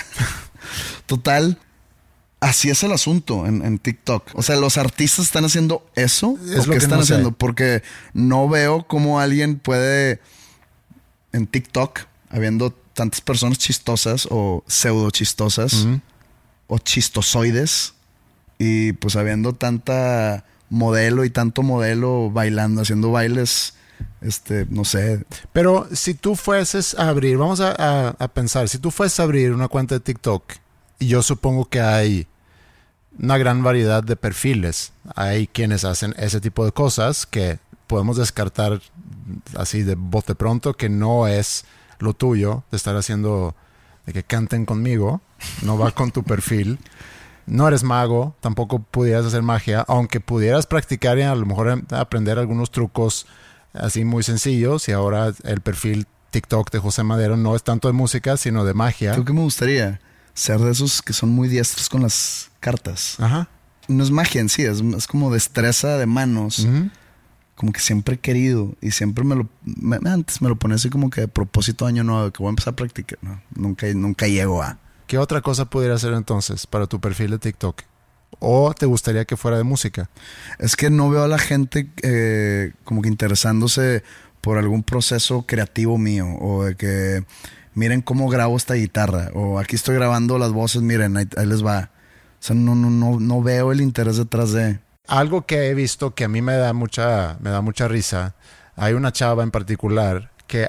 Total, así es el asunto en TikTok. O sea, los artistas están haciendo eso. Es lo que están no sé. haciendo. Porque no veo cómo alguien puede en TikTok, habiendo tantas personas chistosas o pseudo chistosas o chistosoides, y pues habiendo tanta modelo y tanto modelo bailando, haciendo bailes, no sé. Pero si tú fueses a abrir, vamos a pensar, si tú fueses a abrir una cuenta de TikTok, y yo supongo que hay una gran variedad de perfiles, hay quienes hacen ese tipo de cosas que podemos descartar así de bote pronto que no es lo tuyo, de estar haciendo, de que canten conmigo, no va con tu perfil. No eres mago, tampoco pudieras hacer magia, aunque pudieras practicar y a lo mejor aprender algunos trucos así muy sencillos. Y ahora el perfil TikTok de José Madero no es tanto de música, sino de magia. Creo que me gustaría ser de esos que son muy diestros con las cartas. Ajá. No es magia en sí, es como destreza de manos. Como que siempre he querido y siempre antes me lo ponía así como que de propósito año nuevo, que voy a empezar a practicar. No, nunca llego a... ¿Qué otra cosa pudiera hacer entonces para tu perfil de TikTok? ¿O te gustaría que fuera de música? Es que no veo a la gente como que interesándose por algún proceso creativo mío. O de que miren cómo grabo esta guitarra. O aquí estoy grabando las voces, miren, ahí les va. O sea, no veo el interés detrás de... Algo que he visto que a mí me da mucha risa. Hay una chava en particular que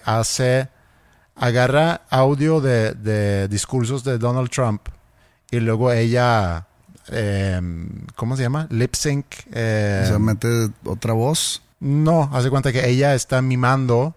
agarra audio de discursos de Donald Trump y luego ella, ¿cómo se llama? Lip sync. O sea, mete otra voz. No, hace cuenta que ella está mimando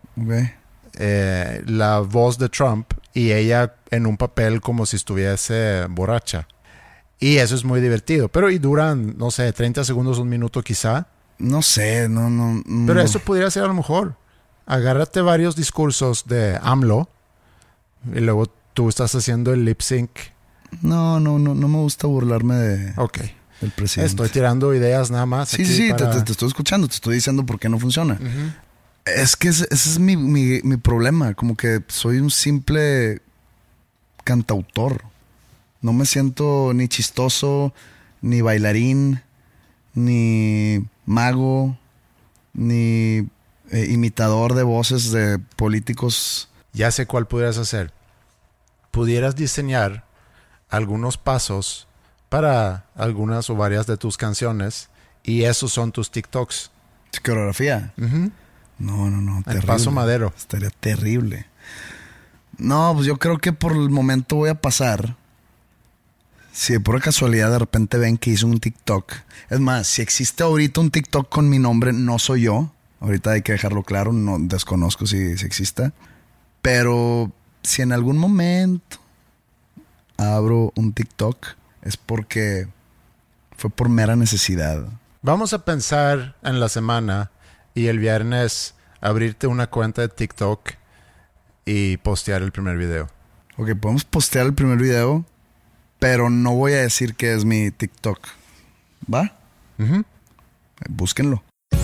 la voz de Trump y ella en un papel como si estuviese borracha. Y eso es muy divertido. Pero y duran, no sé, 30 segundos, un minuto quizá. No sé, no. Pero eso podría ser a lo mejor. Agárrate varios discursos de AMLO y luego tú estás haciendo el lip sync. No me gusta burlarme del presidente. Estoy tirando ideas nada más. Sí, te estoy escuchando, te estoy diciendo por qué no funciona. Es que ese es mi problema. Como que soy un simple cantautor. No me siento ni chistoso, ni bailarín, ni mago, ni imitador de voces de políticos. Ya sé cuál pudieras hacer. Pudieras diseñar algunos pasos para algunas o varias de tus canciones y esos son tus TikToks. ¿Coreografía? No, terrible. El paso Madero. Estaría terrible. No, pues yo creo que por el momento voy a pasar. Si de pura casualidad de repente ven que hice un TikTok. Es más, si existe ahorita un TikTok con mi nombre, no soy yo. Ahorita hay que dejarlo claro, no desconozco si exista. Pero si en algún momento abro un TikTok, es porque fue por mera necesidad. Vamos a pensar en la semana y el viernes abrirte una cuenta de TikTok y postear el primer video. Ok, podemos postear el primer video, pero no voy a decir que es mi TikTok. ¿Va? Uh-huh. Búsquenlo.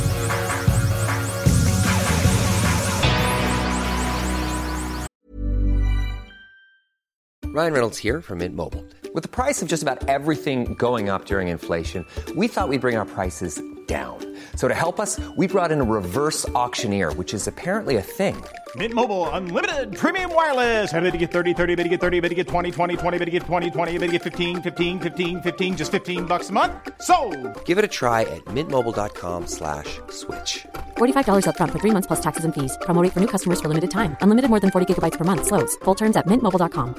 Ryan Reynolds here from Mint Mobile. With the price of just about everything going up during inflation, we thought we'd bring our prices down. So to help us, we brought in a reverse auctioneer, which is apparently a thing. Mint Mobile Unlimited Premium Wireless. How to get 30, 30, bit to get 30, bit to get 20, 20, 20, bit to get 20, 20, bit to get 15, 15, 15, 15, just $15 a month? Sold! Give it a try at mintmobile.com/switch. $45 up front for 3 months plus taxes and fees. Promo rate for new customers for limited time. Unlimited more than 40 gigabytes per month. Slows full terms at mintmobile.com.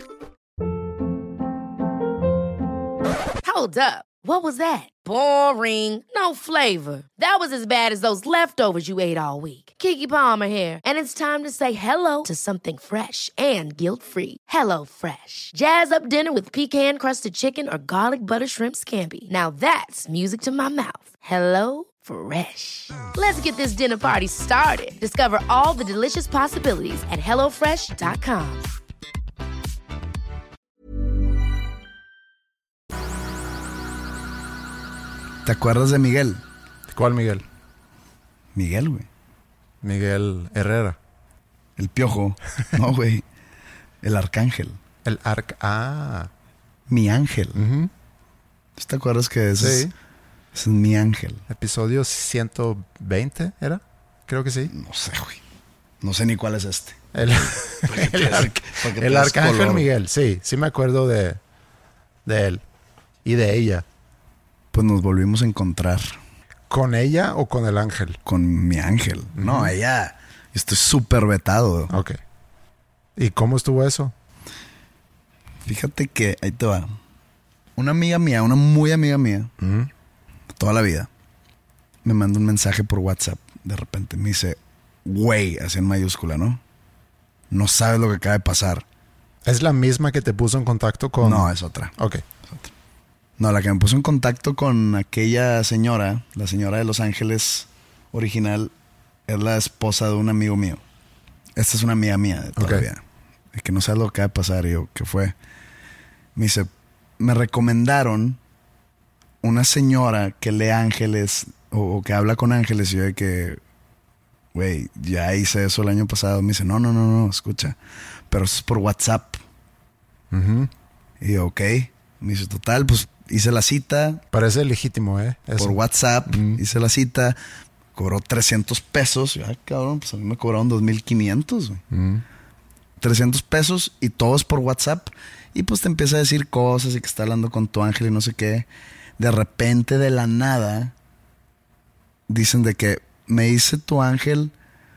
Hold up. What was that? Boring. No flavor. That was as bad as those leftovers you ate all week. Keke Palmer here, and it's time to say hello to something fresh and guilt-free. Hello Fresh. Jazz up dinner with pecan-crusted chicken or garlic butter shrimp scampi. Now that's music to my mouth. Hello Fresh. Let's get this dinner party started. Discover all the delicious possibilities at hellofresh.com. ¿Te acuerdas de Miguel? ¿Cuál Miguel? Miguel, güey. Miguel Herrera. El Piojo. No, güey. El Arcángel. Mi ángel. Uh-huh. ¿Te acuerdas que ese Sí. es mi ángel? Episodio 120, ¿era? Creo que sí. No sé, güey. No sé ni cuál es este. El Arcángel color. Miguel, sí. Sí me acuerdo de él. Y de ella. Pues nos volvimos a encontrar. ¿Con ella o con el ángel? Con mi ángel. No, ella... Estoy súper vetado. Ok. ¿Y cómo estuvo eso? Fíjate que... Ahí te va. Una amiga mía, una muy amiga mía, Uh-huh. toda la vida, me manda un mensaje por WhatsApp. De repente me dice, güey, así en mayúscula, ¿no? No sabes lo que acaba de pasar. ¿Es la misma que te puso en contacto con...? No, es otra. Ok. No, la que me puso en contacto con aquella señora, la señora de Los Ángeles original, es la esposa de un amigo mío. Esta es una amiga mía de toda la vida. Es que no sabes lo que va a pasar. Y yo, ¿qué fue? Me dice, me recomendaron una señora que lee ángeles o que habla con ángeles. Y yo de que, güey, ya hice eso el año pasado. Me dice, no, escucha. Pero eso es por WhatsApp. Uh-huh. Y yo, ok. Me dice, total, pues hice la cita. Parece legítimo, ¿eh? Eso. Por WhatsApp, hice la cita, cobró $300. Ay, cabrón, pues a mí me cobraron 2,500, güey. 300 pesos y todo es por WhatsApp. Y pues te empieza a decir cosas y que está hablando con tu ángel y no sé qué. De repente, de la nada, dicen de que me dice tu ángel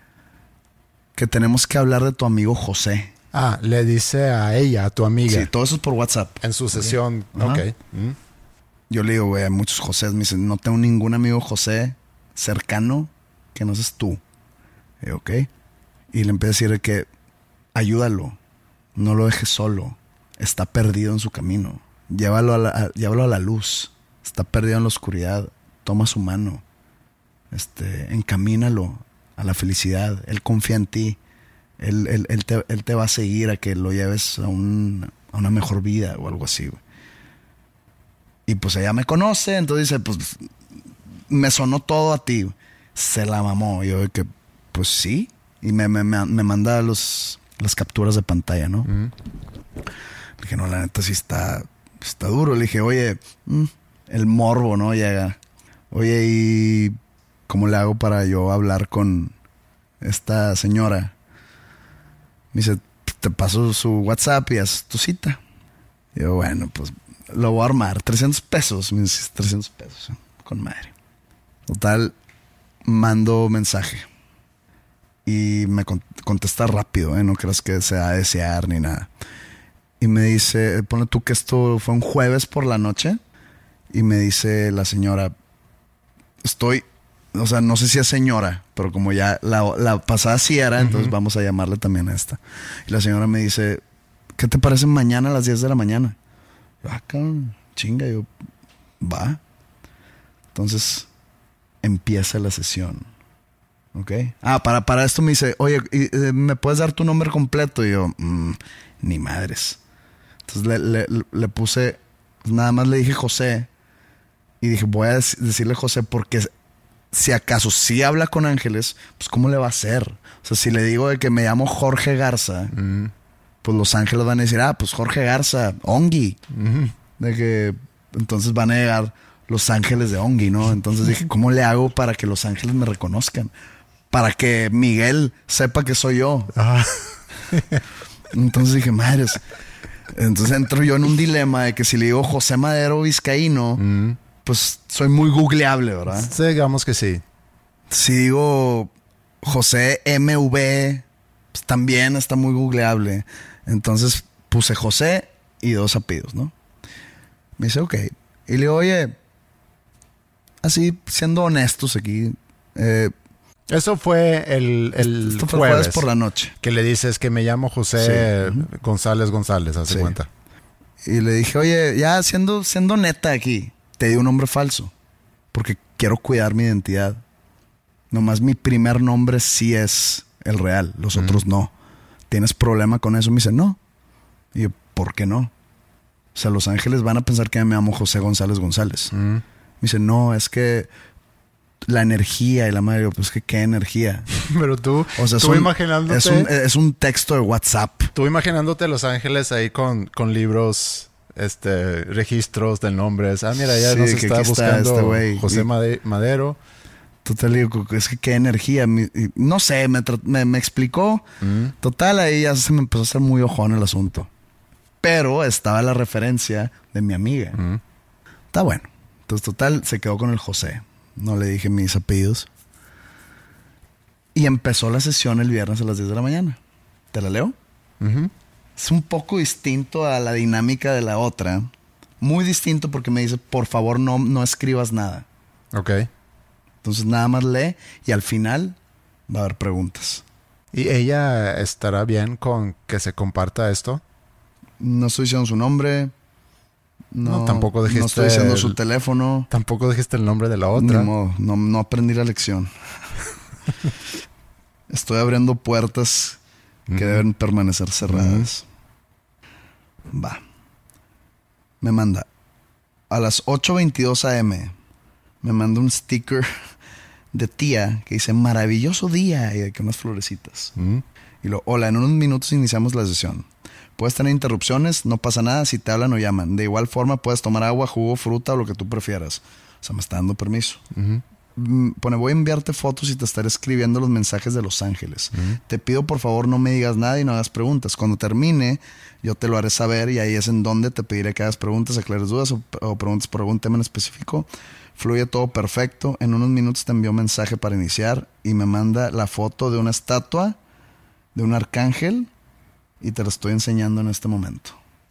que tenemos que hablar de tu amigo José. Ah, le dice a ella, a tu amiga. Sí, todo eso es por WhatsApp. En su sesión. Ajá. Ok. Yo le digo, güey, hay muchos José. Me dicen, no tengo ningún amigo José cercano que no seas tú. Y yo, ok. Y le empecé a decir que ayúdalo. No lo dejes solo. Está perdido en su camino. Llévalo a la luz. Está perdido en la oscuridad. Toma su mano. Encamínalo a la felicidad. Él confía en ti. Él te va a seguir a que lo lleves a una mejor vida o algo así, güey. Y pues ella me conoce, entonces dice, pues me sonó todo a ti. Se la mamó. Y yo de que, pues sí. Y me manda las capturas de pantalla, ¿no? Le dije, no, la neta sí está duro. Le dije, oye, el morbo, ¿no? Llega. Oye, ¿y cómo le hago para yo hablar con esta señora? Me dice, te paso su WhatsApp y haz tu cita. Y yo, bueno, pues lo voy a armar. 300 pesos. Me dice, 300 pesos. Con madre. Total, mando mensaje. Y me contesta rápido, ¿eh? No creas que sea a desear ni nada. Y me dice, ponle tú que esto fue un jueves por la noche. Y me dice la señora, estoy o sea, no sé si es señora, pero como ya la pasada sí era, entonces vamos a llamarle también a esta. Y la señora me dice, ¿qué te parece mañana a las 10 de la mañana? Cabrón, chinga, yo, va. Entonces empieza la sesión. ¿Ok? Para esto me dice, oye, ¿me puedes dar tu nombre completo? Y yo, ni madres. Entonces le puse, nada más le dije José. Y dije, voy a decirle José porque si acaso sí habla con ángeles, pues ¿cómo le va a hacer? O sea, si le digo de que me llamo Jorge Garza, pues los ángeles van a decir, pues Jorge Garza, Ongi. De que entonces van a llegar los ángeles de Ongi, ¿no? Entonces dije, ¿cómo le hago para que los ángeles me reconozcan? Para que Miguel sepa que soy yo. Entonces dije, madres. Entonces entro yo en un dilema de que si le digo José Madero Vizcaíno, pues soy muy googleable, ¿verdad? Sí, digamos que sí. Si digo José MV, pues también está muy googleable. Entonces puse José y 2 apellidos, ¿no? Me dice, ok. Y le digo, oye, así siendo honestos aquí, eso fue el esto fue jueves por la noche. Que le dices que me llamo José González, hace cuenta. Y le dije, oye, ya siendo neta aquí, te di un nombre falso. Porque quiero cuidar mi identidad. Nomás mi primer nombre sí es el real. Los otros no. ¿Tienes problema con eso? Me dice, no. Y yo, ¿por qué no? O sea, los ángeles van a pensar que me llamo José González. Me dice, no, es que la energía y la madre, pues que qué energía. Pero tú, o sea, imaginándote... Es un texto de WhatsApp. Tú imaginándote a los ángeles ahí con libros, registros de nombres. Mira, ya nos está buscando José Madero. Total, digo, es que qué energía. No sé, me explicó. Total, ahí ya se me empezó a hacer muy ojón el asunto. Pero estaba la referencia de mi amiga. Está bueno. Entonces, total, se quedó con el José. No le dije mis apellidos. Y empezó la sesión el viernes a las 10 de la mañana. ¿Te la leo? Es un poco distinto a la dinámica de la otra. Muy distinto porque me dice, por favor, no escribas nada. Ok. Entonces nada más lee y al final va a haber preguntas. ¿Y ella estará bien con que se comparta esto? No estoy diciendo su nombre. No, tampoco dijiste... No estoy diciendo su teléfono. Tampoco dijiste el nombre de la otra. No aprendí la lección. Estoy abriendo puertas que deben permanecer cerradas. Va. Me manda a las 8:22 a.m. Me manda un sticker de tía que dice maravilloso día y que unas florecitas. Y hola, en unos minutos iniciamos la sesión. Puedes tener interrupciones, no pasa nada si te hablan o llaman. De igual forma puedes tomar agua, jugo, fruta o lo que tú prefieras. O sea, me está dando permiso. Pone, voy a enviarte fotos y te estaré escribiendo los mensajes de los ángeles. Te pido por favor no me digas nada y no hagas preguntas. Cuando termine, yo te lo haré saber y ahí es en donde te pediré que hagas preguntas, aclares dudas o preguntas por algún tema en específico. Fluye todo perfecto. En unos minutos te envío un mensaje para iniciar y me manda la foto de una estatua de un arcángel y te la estoy enseñando en este momento.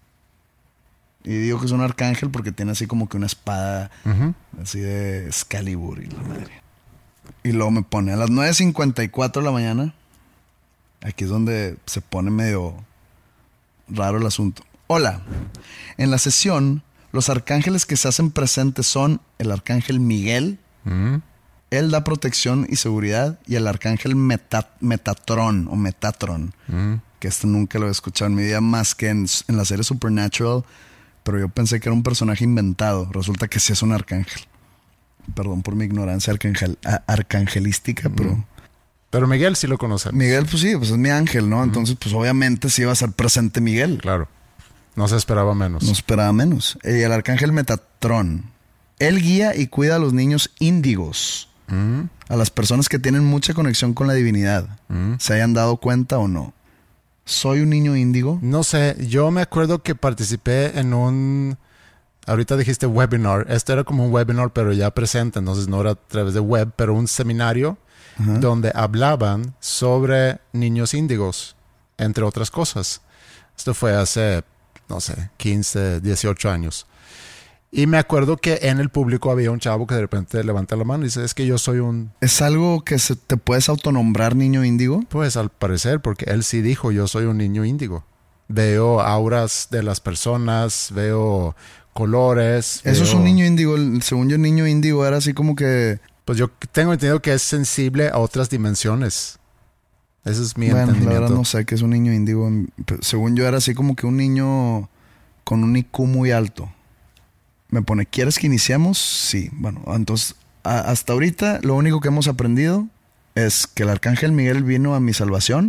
Y digo que es un arcángel porque tiene así como que una espada así de Excalibur y la madre. Y luego me pone a las 9:54 de la mañana. Aquí es donde se pone medio raro el asunto. Hola. En la sesión, los arcángeles que se hacen presentes son el arcángel Miguel. Él da protección y seguridad. Y el arcángel Metatron o Metatron. Que esto nunca lo he escuchado en mi vida más que en la serie Supernatural. Pero yo pensé que era un personaje inventado. Resulta que sí es un arcángel. Perdón por mi ignorancia arcangelística, pero... Pero Miguel sí lo conoce. Miguel, pues sí, pues es mi ángel, ¿no? Entonces, pues obviamente sí iba a ser presente Miguel. Claro. No se esperaba menos. No esperaba menos. Y el arcángel Metatron. Él guía y cuida a los niños índigos. A las personas que tienen mucha conexión con la divinidad. ¿Se hayan dado cuenta o no? ¿Soy un niño índigo? No sé, yo me acuerdo que participé en un... Ahorita dijiste webinar. Este era como un webinar, pero ya presente. Entonces no era a través de web, pero un seminario donde hablaban sobre niños índigos, entre otras cosas. Esto fue hace, no sé, 15, 18 años. Y me acuerdo que en el público había un chavo que de repente levanta la mano y dice, es que yo soy un... ¿Es algo que te puedes autonombrar niño índigo? Pues al parecer, porque él sí dijo, yo soy un niño índigo. Veo auras de las personas, veo colores. Eso es un niño índigo. Según yo, el niño índigo era así como que... Pues yo tengo entendido que es sensible a otras dimensiones. Ese es mi entendimiento. La verdad no sé qué es un niño índigo. Según yo era así como que un niño con un IQ muy alto. Me pone, ¿quieres que iniciemos? Sí. Bueno, entonces, hasta ahorita lo único que hemos aprendido es que el Arcángel Miguel vino a mi salvación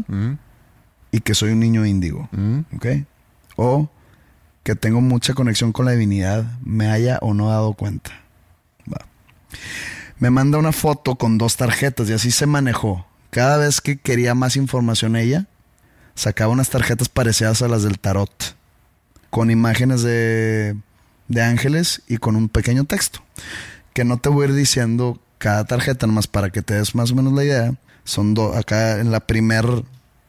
y que soy un niño índigo. ¿Ok? O que tengo mucha conexión con la divinidad, me haya o no dado cuenta. Va. Me manda una foto con 2 tarjetas y así se manejó. Cada vez que quería más información ella, sacaba unas tarjetas parecidas a las del tarot, con imágenes de ángeles y con un pequeño texto. Que no te voy a ir diciendo cada tarjeta, nomás para que te des más o menos la idea. Son acá en la primera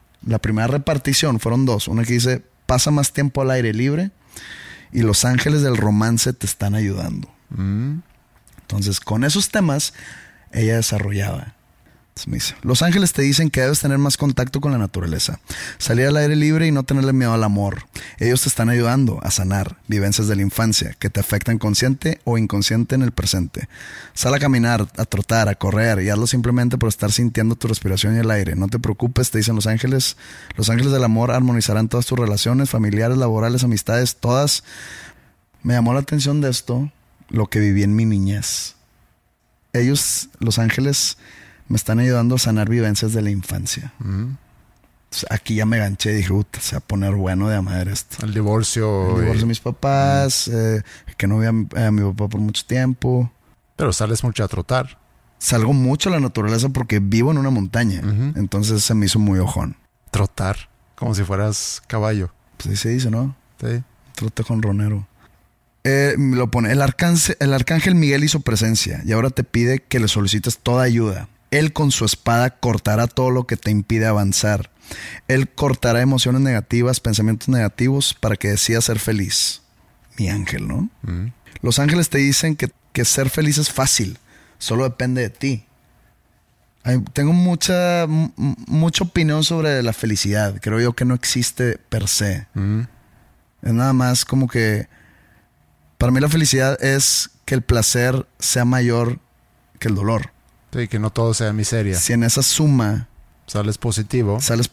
repartición fueron 2. Una que dice, pasa más tiempo al aire libre y los ángeles del romance te están ayudando. Entonces, con esos temas, ella desarrollaba. Me dice, los ángeles te dicen que debes tener más contacto con la naturaleza, salir al aire libre y no tenerle miedo al amor. Ellos te están ayudando a sanar vivencias de la infancia que te afectan consciente o inconsciente en el presente. Sal a caminar, a trotar, a correr y hazlo simplemente por estar sintiendo tu respiración y el aire. No te preocupes, te dicen los ángeles. Los ángeles del amor armonizarán todas tus relaciones familiares, laborales, amistades, todas. Me llamó la atención de esto, lo que viví en mi niñez. Ellos, los ángeles, me están ayudando a sanar vivencias de la infancia. Entonces, aquí ya me ganché y dije, se va a poner bueno de madre esto. El divorcio de mis papás, que no vi a mi papá por mucho tiempo. Pero sales mucho a trotar. Salgo mucho a la naturaleza porque vivo en una montaña. Entonces se me hizo muy ojón. Trotar, como si fueras caballo. Pues ahí se dice, ¿no? Sí. Trote con ronero. Lo pone, el arcángel Miguel hizo presencia y ahora te pide que le solicites toda ayuda. Él con su espada cortará todo lo que te impide avanzar. Él cortará emociones negativas, pensamientos negativos para que decidas ser feliz. Mi ángel, ¿no? Los ángeles te dicen que ser feliz es fácil. Solo depende de ti. Tengo mucha opinión sobre la felicidad. Creo yo que no existe per se. Es nada más como que... Para mí la felicidad es que el placer sea mayor que el dolor. Sí, que no todo sea miseria. Si en esa suma sales positivo,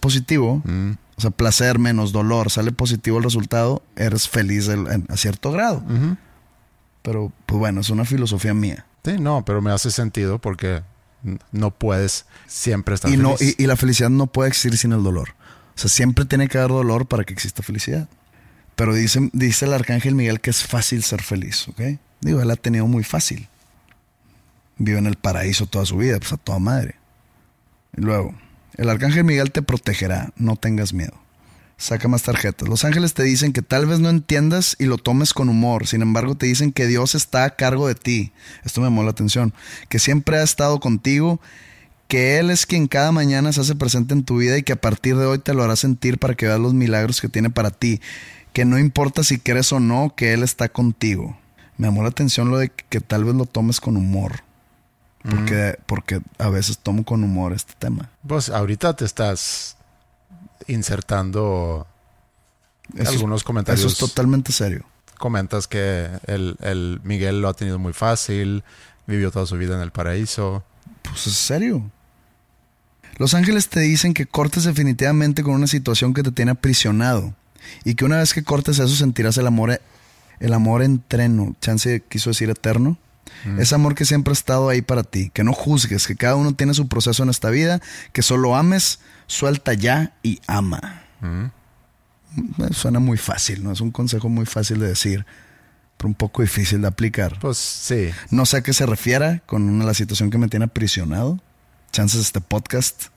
o sea, placer menos dolor, sale positivo el resultado, eres feliz a cierto grado. Pero, pues bueno, es una filosofía mía. Sí, no, pero me hace sentido porque no puedes siempre estar feliz. Y la felicidad no puede existir sin el dolor. O sea, siempre tiene que haber dolor para que exista felicidad. Pero dice el arcángel Miguel que es fácil ser feliz, ¿ok? Digo, él ha tenido muy fácil. Vive en el paraíso toda su vida, pues a toda madre. Y luego, el arcángel Miguel te protegerá, no tengas miedo. Saca más tarjetas. Los ángeles te dicen que tal vez no entiendas y lo tomes con humor. Sin embargo, te dicen que Dios está a cargo de ti. Esto me llamó la atención. Que siempre ha estado contigo, que Él es quien cada mañana se hace presente en tu vida y que a partir de hoy te lo hará sentir para que veas los milagros que tiene para ti. Que no importa si crees o no, que Él está contigo. Me llamó la atención lo de que tal vez lo tomes con humor. Porque a veces tomo con humor este tema. Pues ahorita te estás insertando algunos comentarios. Eso es totalmente serio. Comentas que el Miguel lo ha tenido muy fácil, vivió toda su vida en el paraíso. Pues es serio. Los ángeles te dicen que cortes definitivamente con una situación que te tiene aprisionado y que una vez que cortes eso sentirás el amor entreno. Chance quiso decir eterno. Ese amor que siempre ha estado ahí para ti. Que no juzgues, que cada uno tiene su proceso en esta vida. Que solo ames, suelta ya y ama. Suena muy fácil, ¿no? Es un consejo muy fácil de decir, pero un poco difícil de aplicar. Pues sí. No sé a qué se refiera con la situación que me tiene aprisionado. Chances este podcast.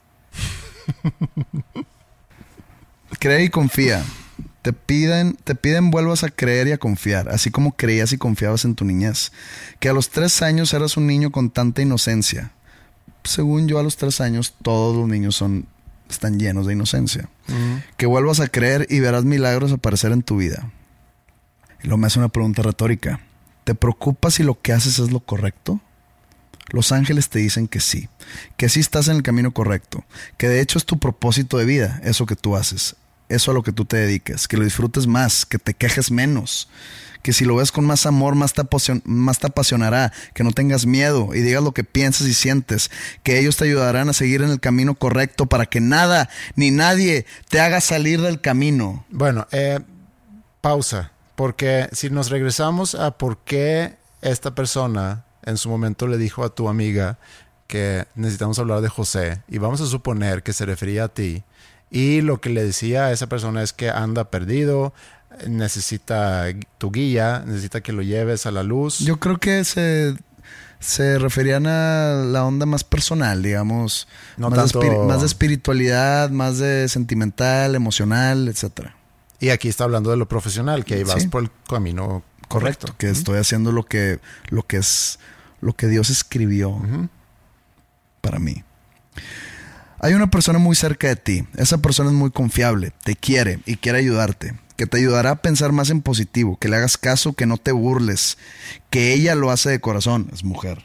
Cree y confía. Te piden vuelvas a creer y a confiar, así como creías y confiabas en tu niñez. Que a los 3 años eras un niño con tanta inocencia. Según yo, a los 3 años todos los niños están llenos de inocencia. Que vuelvas a creer y verás milagros aparecer en tu vida. Y luego me hace una pregunta retórica. ¿te preocupa si lo que haces es lo correcto? Los ángeles te dicen que sí estás en el camino correcto, que de hecho es tu propósito de vida, eso que tú haces, eso a lo que tú te dediques, que lo disfrutes más, que te quejes menos, que si lo ves con más amor, más te apasionará, que no tengas miedo y digas lo que piensas y sientes, que ellos te ayudarán a seguir en el camino correcto para que nada ni nadie te haga salir del camino. Bueno, pausa, porque si nos regresamos a por qué esta persona en su momento le dijo a tu amiga que necesitamos hablar de José, y vamos a suponer que se refería a ti, y lo que le decía a esa persona es que anda perdido, necesita tu guía, necesita que lo lleves a la luz. Yo creo que se referían a la onda más personal, digamos, no más, tanto... más de espiritualidad, más de sentimental, emocional, etcétera. Y aquí está hablando de lo profesional, que ahí vas por el camino correcto. Que estoy haciendo lo que Dios escribió para mí. Hay una persona muy cerca de ti. Esa persona es muy confiable, te quiere y quiere ayudarte, que te ayudará a pensar más en positivo, que le hagas caso, que no te burles, que ella lo hace de corazón, es mujer.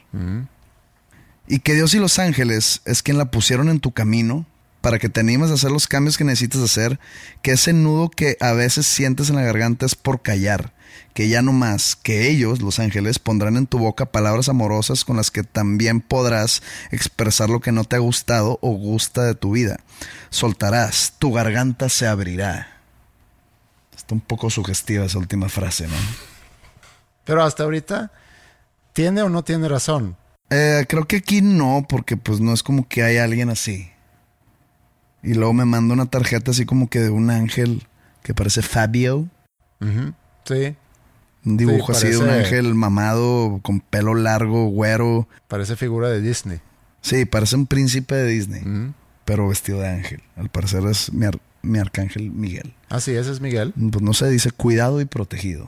Y que Dios y los ángeles es quien la pusieron en tu camino para que te animes a hacer los cambios que necesitas hacer, que ese nudo que a veces sientes en la garganta es por callar, que ya no más, que ellos, los ángeles, pondrán en tu boca palabras amorosas con las que también podrás expresar lo que no te ha gustado o gusta de tu vida. Soltarás, tu garganta se abrirá. Está un poco sugestiva esa última frase, ¿no? Pero hasta ahorita, ¿tiene o no tiene razón? Creo que aquí no, porque pues no es como que hay alguien así. Y luego me manda una tarjeta así como que de un ángel que parece Fabio. Sí. Un dibujo así de un ángel mamado, con pelo largo, güero. Parece figura de Disney. Sí, parece un príncipe de Disney, pero vestido de ángel. Al parecer es mi arcángel Miguel. Ah, sí, ese es Miguel. Pues no sé, dice cuidado y protegido.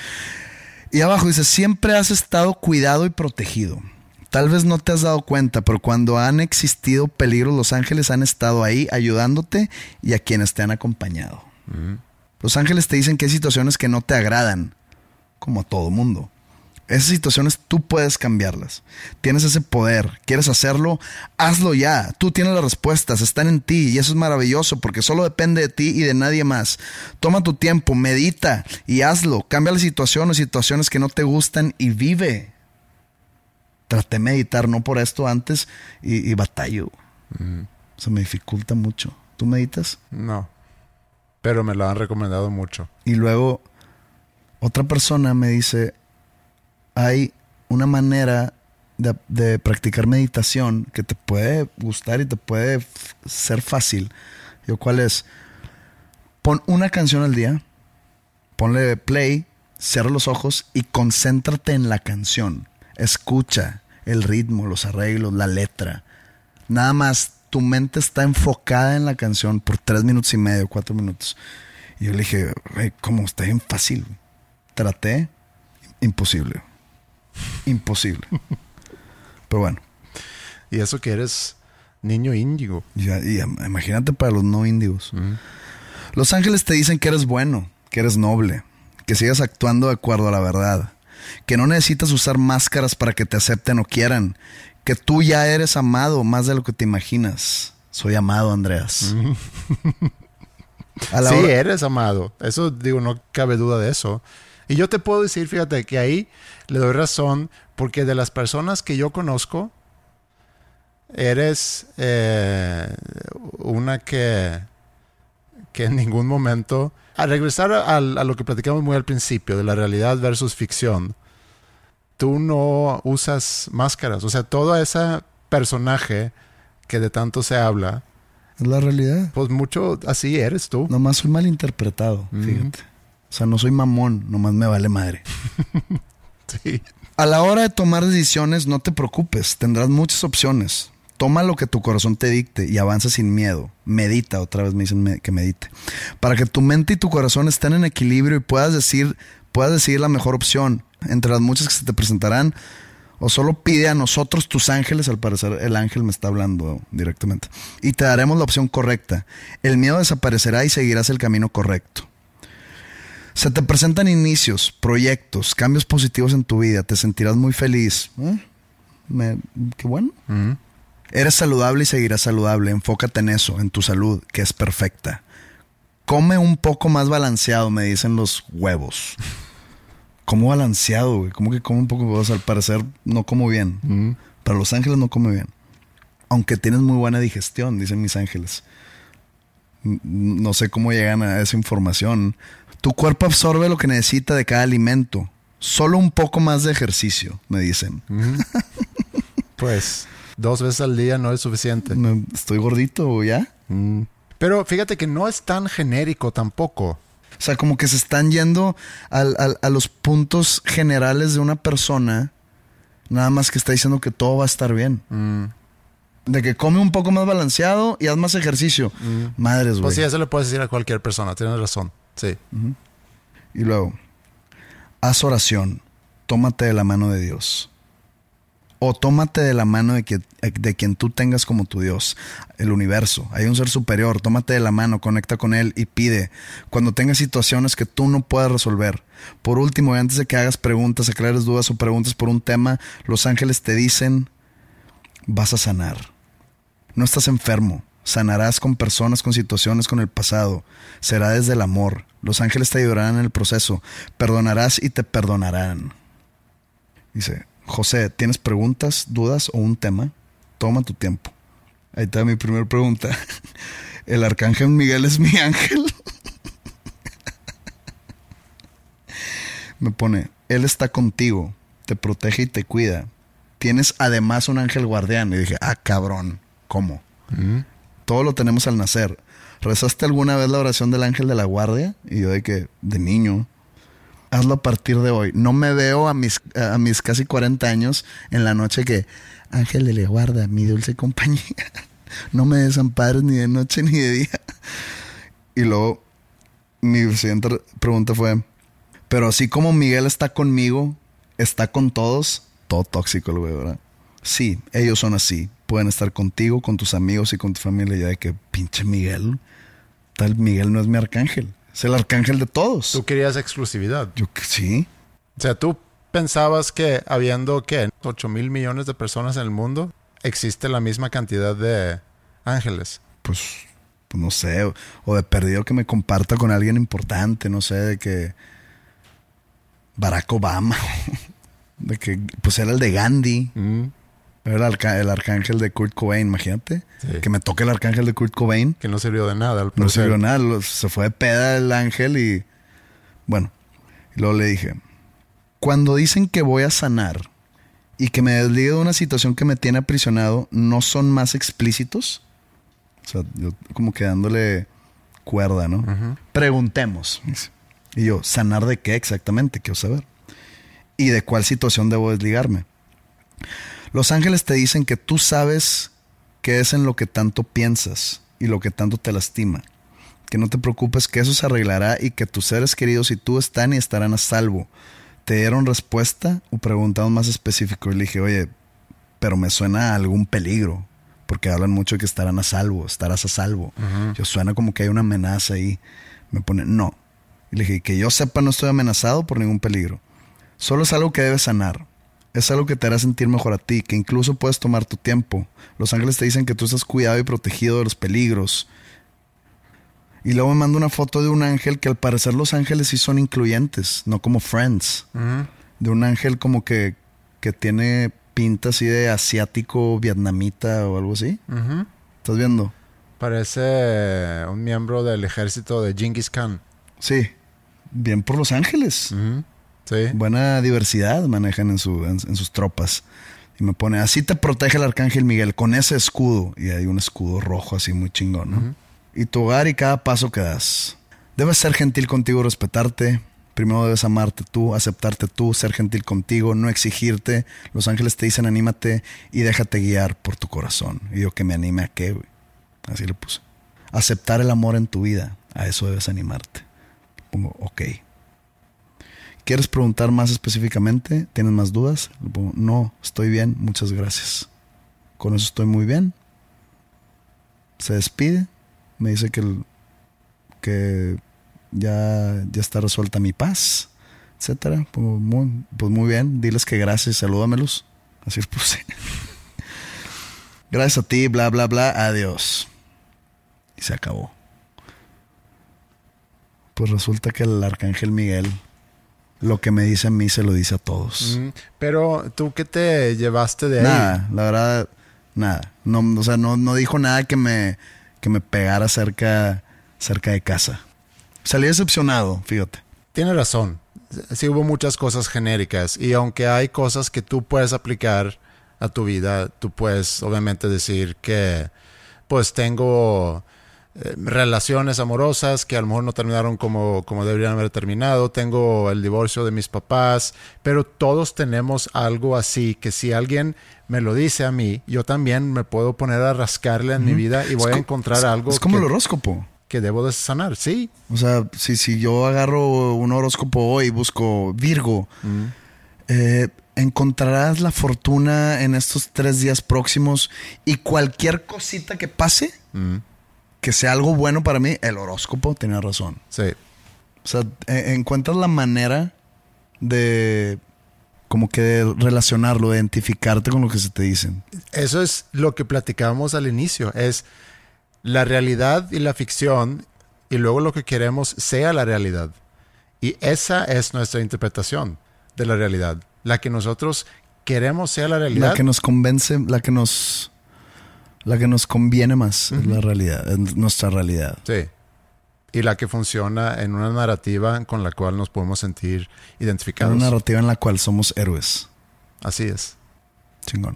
Y abajo dice, siempre has estado cuidado y protegido. Tal vez no te has dado cuenta, pero cuando han existido peligros, los ángeles han estado ahí ayudándote y a quienes te han acompañado. Los ángeles te dicen que hay situaciones que no te agradan, como a todo mundo. Esas situaciones tú puedes cambiarlas. Tienes ese poder. ¿Quieres hacerlo? Hazlo ya. Tú tienes las respuestas. Están en ti. Y eso es maravilloso porque solo depende de ti y de nadie más. Toma tu tiempo, medita y hazlo. Cambia la situación o situaciones que no te gustan y vive. Traté de meditar, no por esto antes, y batallo. Se me dificulta mucho. ¿Tú meditas? No. Pero me lo han recomendado mucho. Y luego otra persona me dice, hay una manera de practicar meditación que te puede gustar y te puede ser fácil. Yo, ¿cuál es? Pon una canción al día, ponle play, cierra los ojos y concéntrate en la canción. Escucha el ritmo, los arreglos, la letra. Nada más, tu mente está enfocada en la canción por 3 minutos y medio, 4 minutos. Y yo le dije, ¿cómo? Está bien fácil. Traté, imposible. Imposible. Pero bueno. Y eso que eres niño índigo. Y imagínate para los no índigos. Los ángeles te dicen que eres bueno, que eres noble, que sigas actuando de acuerdo a la verdad, que no necesitas usar máscaras para que te acepten o quieran, que tú ya eres amado más de lo que te imaginas. Soy amado, Andreas. Sí, eres amado. Eso, digo, no cabe duda de eso. Y yo te puedo decir, fíjate, que ahí le doy razón, porque de las personas que yo conozco, eres una que en ningún momento... A regresar a lo que platicamos muy al principio, de la realidad versus ficción, tú no usas máscaras. O sea, todo ese personaje que de tanto se habla... Es la realidad. Pues mucho así eres tú. Nomás soy malinterpretado, fíjate. O sea, no soy mamón, nomás me vale madre. Sí. A la hora de tomar decisiones, no te preocupes. Tendrás muchas opciones. Toma lo que tu corazón te dicte y avanza sin miedo. Medita, otra vez me dicen que medite. Para que tu mente y tu corazón estén en equilibrio y puedas decidir la mejor opción entre las muchas que se te presentarán. O solo pide a nosotros, tus ángeles, al parecer el ángel me está hablando directamente, y te daremos la opción correcta. El miedo desaparecerá y seguirás el camino correcto. Se te presentan inicios, proyectos, cambios positivos en tu vida. Te sentirás muy feliz. Qué bueno. Eres saludable y seguirás saludable. Enfócate en eso, en tu salud, que es perfecta. Come un poco más balanceado, me dicen los huevos. ¿Cómo balanceado, güey? ¿Cómo que come un poco? O sea, al parecer no como bien. Para los ángeles no come bien. Aunque tienes muy buena digestión, dicen mis ángeles. No sé cómo llegan a esa información. Tu cuerpo absorbe lo que necesita de cada alimento. Solo un poco más de ejercicio, me dicen. Pues 2 veces al día no es suficiente. Estoy gordito, ¿ya? Pero fíjate que no es tan genérico tampoco. O sea, como que se están yendo a los puntos generales de una persona. Nada más que está diciendo que todo va a estar bien. De que come un poco más balanceado y haz más ejercicio. Madres, güey. Pues sí, eso le puedes decir a cualquier persona. Tienes razón. Sí. Y luego, haz oración. Tómate de la mano de Dios. O tómate de la mano de quien tú tengas como tu Dios. El universo. Hay un ser superior. Tómate de la mano, conecta con él y pide. Cuando tengas situaciones que tú no puedas resolver. Por último, y antes de que hagas preguntas, aclares dudas o preguntas por un tema, los ángeles te dicen, vas a sanar. No estás enfermo. Sanarás con personas, con situaciones, con el pasado. Será desde el amor. Los ángeles te ayudarán en el proceso. Perdonarás y te perdonarán. Dice, José, ¿tienes preguntas, dudas o un tema? Toma tu tiempo. Ahí está mi primera pregunta. ¿El arcángel Miguel es mi ángel? Me pone, él está contigo, te protege y te cuida. Tienes además un ángel guardián. Y dije, cabrón, ¿cómo? Todo lo tenemos al nacer. ¿Rezaste alguna vez la oración del ángel de la guardia? Y yo de niño. Hazlo a partir de hoy. No me veo a mis casi 40 años en la noche que ángel de la guarda, mi dulce compañía. No me desampares ni de noche ni de día. Y luego mi siguiente pregunta fue, pero así como Miguel está conmigo, está con todos. Todo tóxico el güey, ¿verdad? Sí, ellos son así. Pueden estar contigo, con tus amigos y con tu familia. Ya de que pinche Miguel. Tal Miguel no es mi arcángel. Es el arcángel de todos. Tú querías exclusividad. Yo sí. O sea, tú pensabas que habiendo, 8,000 millones de personas en el mundo, existe la misma cantidad de ángeles. Pues no sé. O de perdido que me comparta con alguien importante. No sé, de que Barack Obama. De que pues era el de Gandhi. Era el arcángel de Kurt Cobain, imagínate. Sí. Que me toque el arcángel de Kurt Cobain. Que no sirvió de nada. No sirvió de nada. Se fue de peda el ángel y... Bueno. Y luego le dije... Cuando dicen que voy a sanar y que me desligue de una situación que me tiene aprisionado, ¿no son más explícitos? O sea, yo como que dándole cuerda, ¿no? Preguntemos. Y yo, ¿sanar de qué exactamente? Quiero saber. ¿Y de cuál situación debo desligarme? Los ángeles te dicen que tú sabes qué es en lo que tanto piensas y lo que tanto te lastima. Que no te preocupes, que eso se arreglará y que tus seres queridos y tú están y estarán a salvo. ¿Te dieron respuesta o preguntaron más específico? Y le dije, oye, pero me suena a algún peligro. Porque hablan mucho de que estarán a salvo, estarás a salvo. Yo suena como que hay una amenaza ahí. Me pone, no. Y le dije, que yo sepa, no estoy amenazado por ningún peligro. Solo es algo que debes sanar. Es algo que te hará sentir mejor a ti, que incluso puedes tomar tu tiempo. Los ángeles te dicen que tú estás cuidado y protegido de los peligros. Y luego me manda una foto de un ángel que al parecer los ángeles sí son incluyentes, no como Friends. De un ángel como que tiene pinta así de asiático, vietnamita o algo así. ¿Estás viendo? Parece un miembro del ejército de Genghis Khan. Sí, bien por los ángeles. Sí. Buena diversidad manejan en sus tropas. Y me pone, así te protege el arcángel Miguel, con ese escudo. Y hay un escudo rojo así muy chingón, ¿no? Y tu hogar y cada paso que das. Debes ser gentil contigo, respetarte. Primero debes amarte tú, aceptarte tú, ser gentil contigo, no exigirte. Los ángeles te dicen, anímate y déjate guiar por tu corazón. Y yo, que me anime a qué, güey. Así le puse. Aceptar el amor en tu vida. A eso debes animarte. Pongo, ok. ¿Quieres preguntar más específicamente? ¿Tienes más dudas? Le pongo, no, estoy bien, muchas gracias. Con eso estoy muy bien. Se despide. Me dice que ya está resuelta mi paz, etcétera. Pues muy bien. Diles que gracias, salúdamelos. Así es, puse. Gracias a ti, bla, bla, bla. Adiós. Y se acabó. Pues resulta que el arcángel Miguel, lo que me dice a mí, se lo dice a todos. Pero, ¿tú qué te llevaste de ahí? Nada, la verdad, nada. No, o sea, no dijo nada que me pegara cerca de casa. Salí decepcionado, fíjate. Tienes razón. Sí hubo muchas cosas genéricas. Y aunque hay cosas que tú puedes aplicar a tu vida, tú puedes obviamente decir que pues tengo relaciones amorosas que a lo mejor no terminaron como deberían haber terminado. Tengo el divorcio de mis papás. Pero todos tenemos algo así que si alguien me lo dice a mí, yo también me puedo poner a rascarle en mi vida y voy a encontrar algo. Es como el horóscopo. Que debo de sanar, sí. O sea, si yo agarro un horóscopo hoy y busco Virgo, encontrarás la fortuna en estos 3 días próximos y cualquier cosita que pase, que sea algo bueno para mí, el horóscopo tiene razón. Sí. O sea, encuentras la manera de como que de relacionarlo, de identificarte con lo que se te dicen. Eso es lo que platicábamos al inicio, es la realidad y la ficción y luego lo que queremos sea la realidad. Y esa es nuestra interpretación de la realidad. La que nosotros queremos sea la realidad. La que nos convence, la que nos conviene más es la realidad, es nuestra realidad. Sí. Y la que funciona en una narrativa con la cual nos podemos sentir identificados. Una narrativa en la cual somos héroes. Así es. Chingón.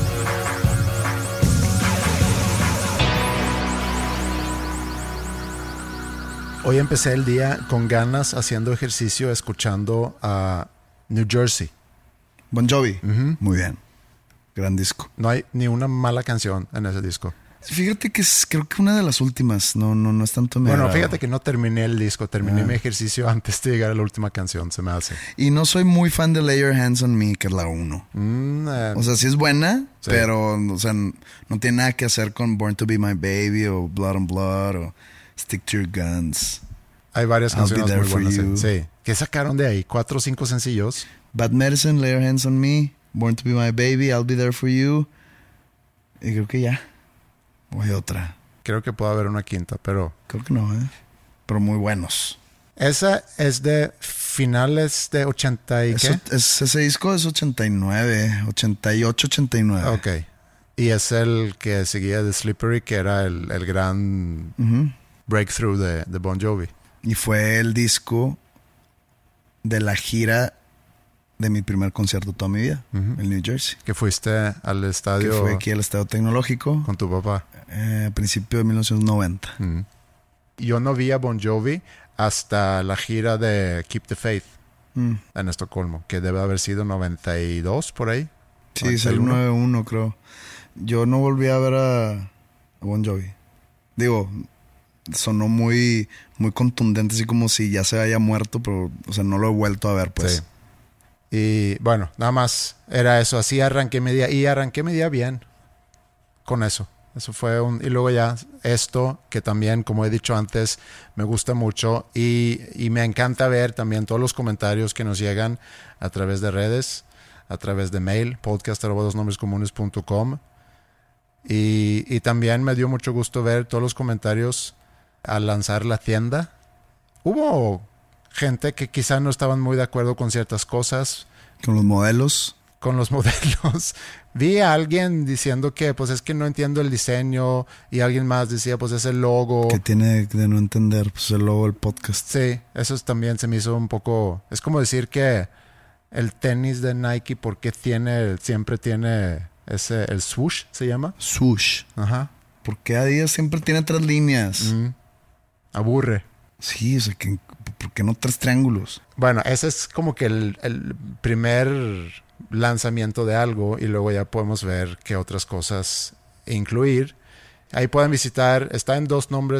Hoy empecé el día con ganas haciendo ejercicio, escuchando a New Jersey. Bon Jovi. Muy bien. Gran disco. No hay ni una mala canción en ese disco. Fíjate que creo que una de las últimas. No es tanto mi agrado. Fíjate que no terminé el disco. Terminé mi ejercicio antes de llegar a la última canción, se me hace. Y no soy muy fan de Lay Your Hands on Me, que es la 1. O sea, sí es buena, sí. Pero o sea, no tiene nada que hacer con Born to Be My Baby o Blood on Blood o Stick to Your Guns. Hay varias canciones muy buenas. Sí. ¿Qué sacaron de ahí? 4 o 5 sencillos. Bad Medicine, Lay Your Hands on Me, Born to Be My Baby, I'll Be There for You. Y creo que ya. O hay otra. Creo que puede haber una quinta, pero... Creo que no, pero muy buenos. Esa es de finales de 80 y ¿qué? Ese disco es 89, 88, 89. Ok. Y es el que seguía de Slippery, que era el gran breakthrough de Bon Jovi. Y fue el disco de la gira de mi primer concierto toda mi vida, en New Jersey. Que fuiste al estadio... Que fue aquí al Estadio Tecnológico. Con tu papá. A principios de 1990. Yo no vi a Bon Jovi hasta la gira de Keep the Faith en Estocolmo, que debe haber sido 92 por ahí. Sí, es el 91 creo. Yo no volví a ver a Bon Jovi. Digo, sonó muy, muy contundente, así como si ya se haya muerto, pero, o sea, no lo he vuelto a ver, pues. Sí. Y bueno, nada más era eso. Así arranqué mi día. Y arranqué mi día bien con eso. Eso fue y luego ya esto, que también, como he dicho antes, me gusta mucho. Y me encanta ver también todos los comentarios que nos llegan a través de redes, a través de mail, podcast@dosnombrescomunes.com. Y también me dio mucho gusto ver todos los comentarios al lanzar la tienda. Hubo gente que quizá no estaban muy de acuerdo con ciertas cosas. Con los modelos. Vi a alguien diciendo que pues es que no entiendo el diseño, y alguien más decía pues es el logo. Que tiene de no entender pues el logo del podcast. Sí, eso también se me hizo un poco... Es como decir que el tenis de Nike, ¿por qué siempre tiene el swoosh se llama? Swoosh. Ajá. Porque a día siempre tiene 3 líneas. Aburre. Sí, o sea, ¿por qué no 3 triángulos? Bueno, ese es como que el primer lanzamiento de algo, y luego ya podemos ver qué otras cosas incluir. Ahí pueden visitar, está en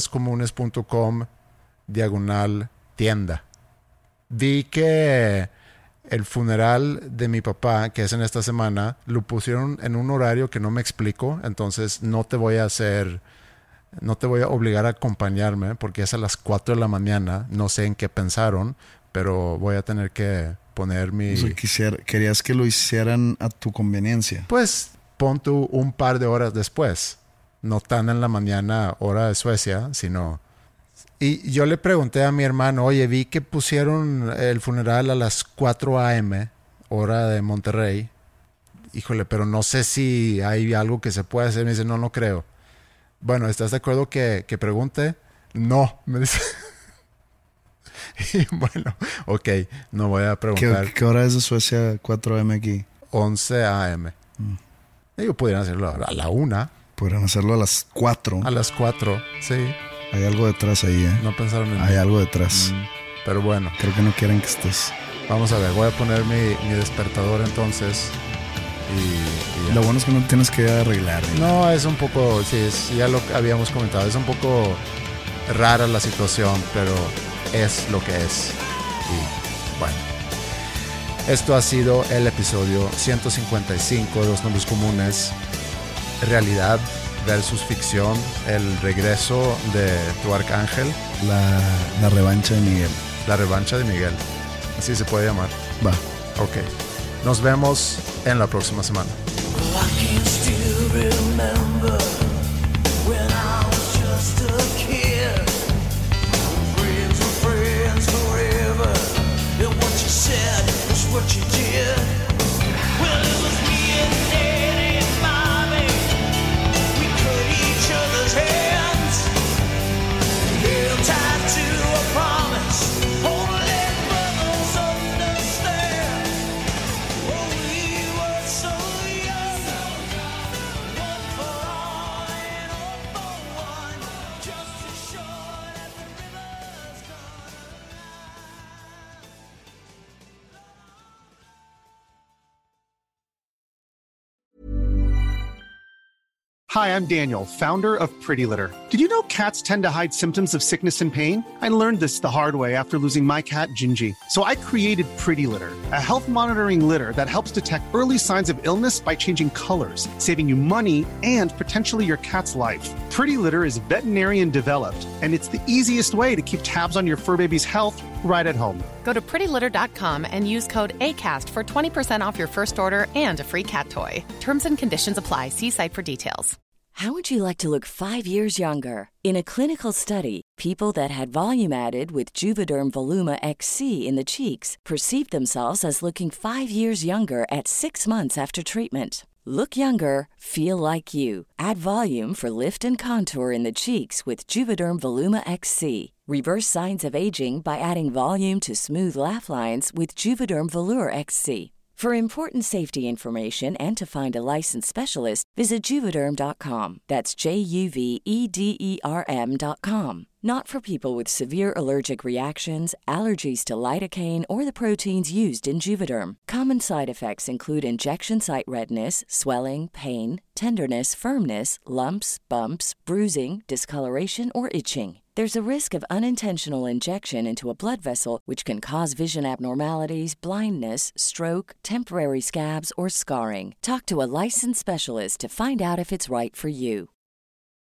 dosnombrescomunes.com/tienda. Vi que el funeral de mi papá, que es en esta semana, lo pusieron en un horario que no me explico, entonces no te voy a hacer no te voy a obligar a acompañarme porque es a las 4 de la mañana. No sé en qué pensaron, pero voy a tener que poner mi... O sea, querías que lo hicieran a tu conveniencia. Pues pon tú un par de horas después. No tan en la mañana, hora de Suecia, sino... Y yo le pregunté a mi hermano, oye, vi que pusieron el funeral a las 4 a.m., hora de Monterrey. Híjole, pero no sé si hay algo que se puede hacer. Me dice, no creo. Bueno, ¿estás de acuerdo que pregunte? No, me dice. Y bueno, ok, no voy a preguntar. ¿Qué hora es de Suecia 4 a.m. aquí? 11 a.m. Ellos podrían hacerlo a la 1. Podrían hacerlo a las 4. A las 4, sí. Hay algo detrás ahí, ¿eh? No pensaron en Hay algo detrás. Pero bueno. Creo que no quieren que estés. Vamos a ver, voy a poner mi despertador entonces. Y ya. Lo bueno es que no tienes que arreglar. No, es un poco, sí, ya lo habíamos comentado, es un poco rara la situación, pero es lo que es. Y bueno, esto ha sido el episodio 155 de Los Nombres Comunes, realidad versus ficción, el regreso de tu arcángel. La revancha de Miguel. La revancha de Miguel, así se puede llamar. Va. Ok, nos vemos en la próxima semana. Hi, I'm Daniel, founder of Pretty Litter. Did you know cats tend to hide symptoms of sickness and pain? I learned this the hard way after losing my cat, Gingy. So I created Pretty Litter, a health monitoring litter that helps detect early signs of illness by changing colors, saving you money and potentially your cat's life. Pretty Litter is veterinarian developed, and it's the easiest way to keep tabs on your fur baby's health right at home. Go to prettylitter.com and use code ACAST for 20% off your first order and a free cat toy. Terms and conditions apply. See site for details. How would you like to look 5 years younger? In a clinical study, people that had volume added with Juvederm Voluma XC in the cheeks perceived themselves as looking 5 years younger at 6 months after treatment. Look younger, feel like you. Add volume for lift and contour in the cheeks with Juvederm Voluma XC. Reverse signs of aging by adding volume to smooth laugh lines with Juvederm Volure XC. For important safety information and to find a licensed specialist, visit Juvederm.com. That's JUVEDERM.com. Not for people with severe allergic reactions, allergies to lidocaine, or the proteins used in Juvederm. Common side effects include injection site redness, swelling, pain, tenderness, firmness, lumps, bumps, bruising, discoloration, or itching. There's a risk of unintentional injection into a blood vessel, which can cause vision abnormalities, blindness, stroke, temporary scabs, or scarring. Talk to a licensed specialist to find out if it's right for you.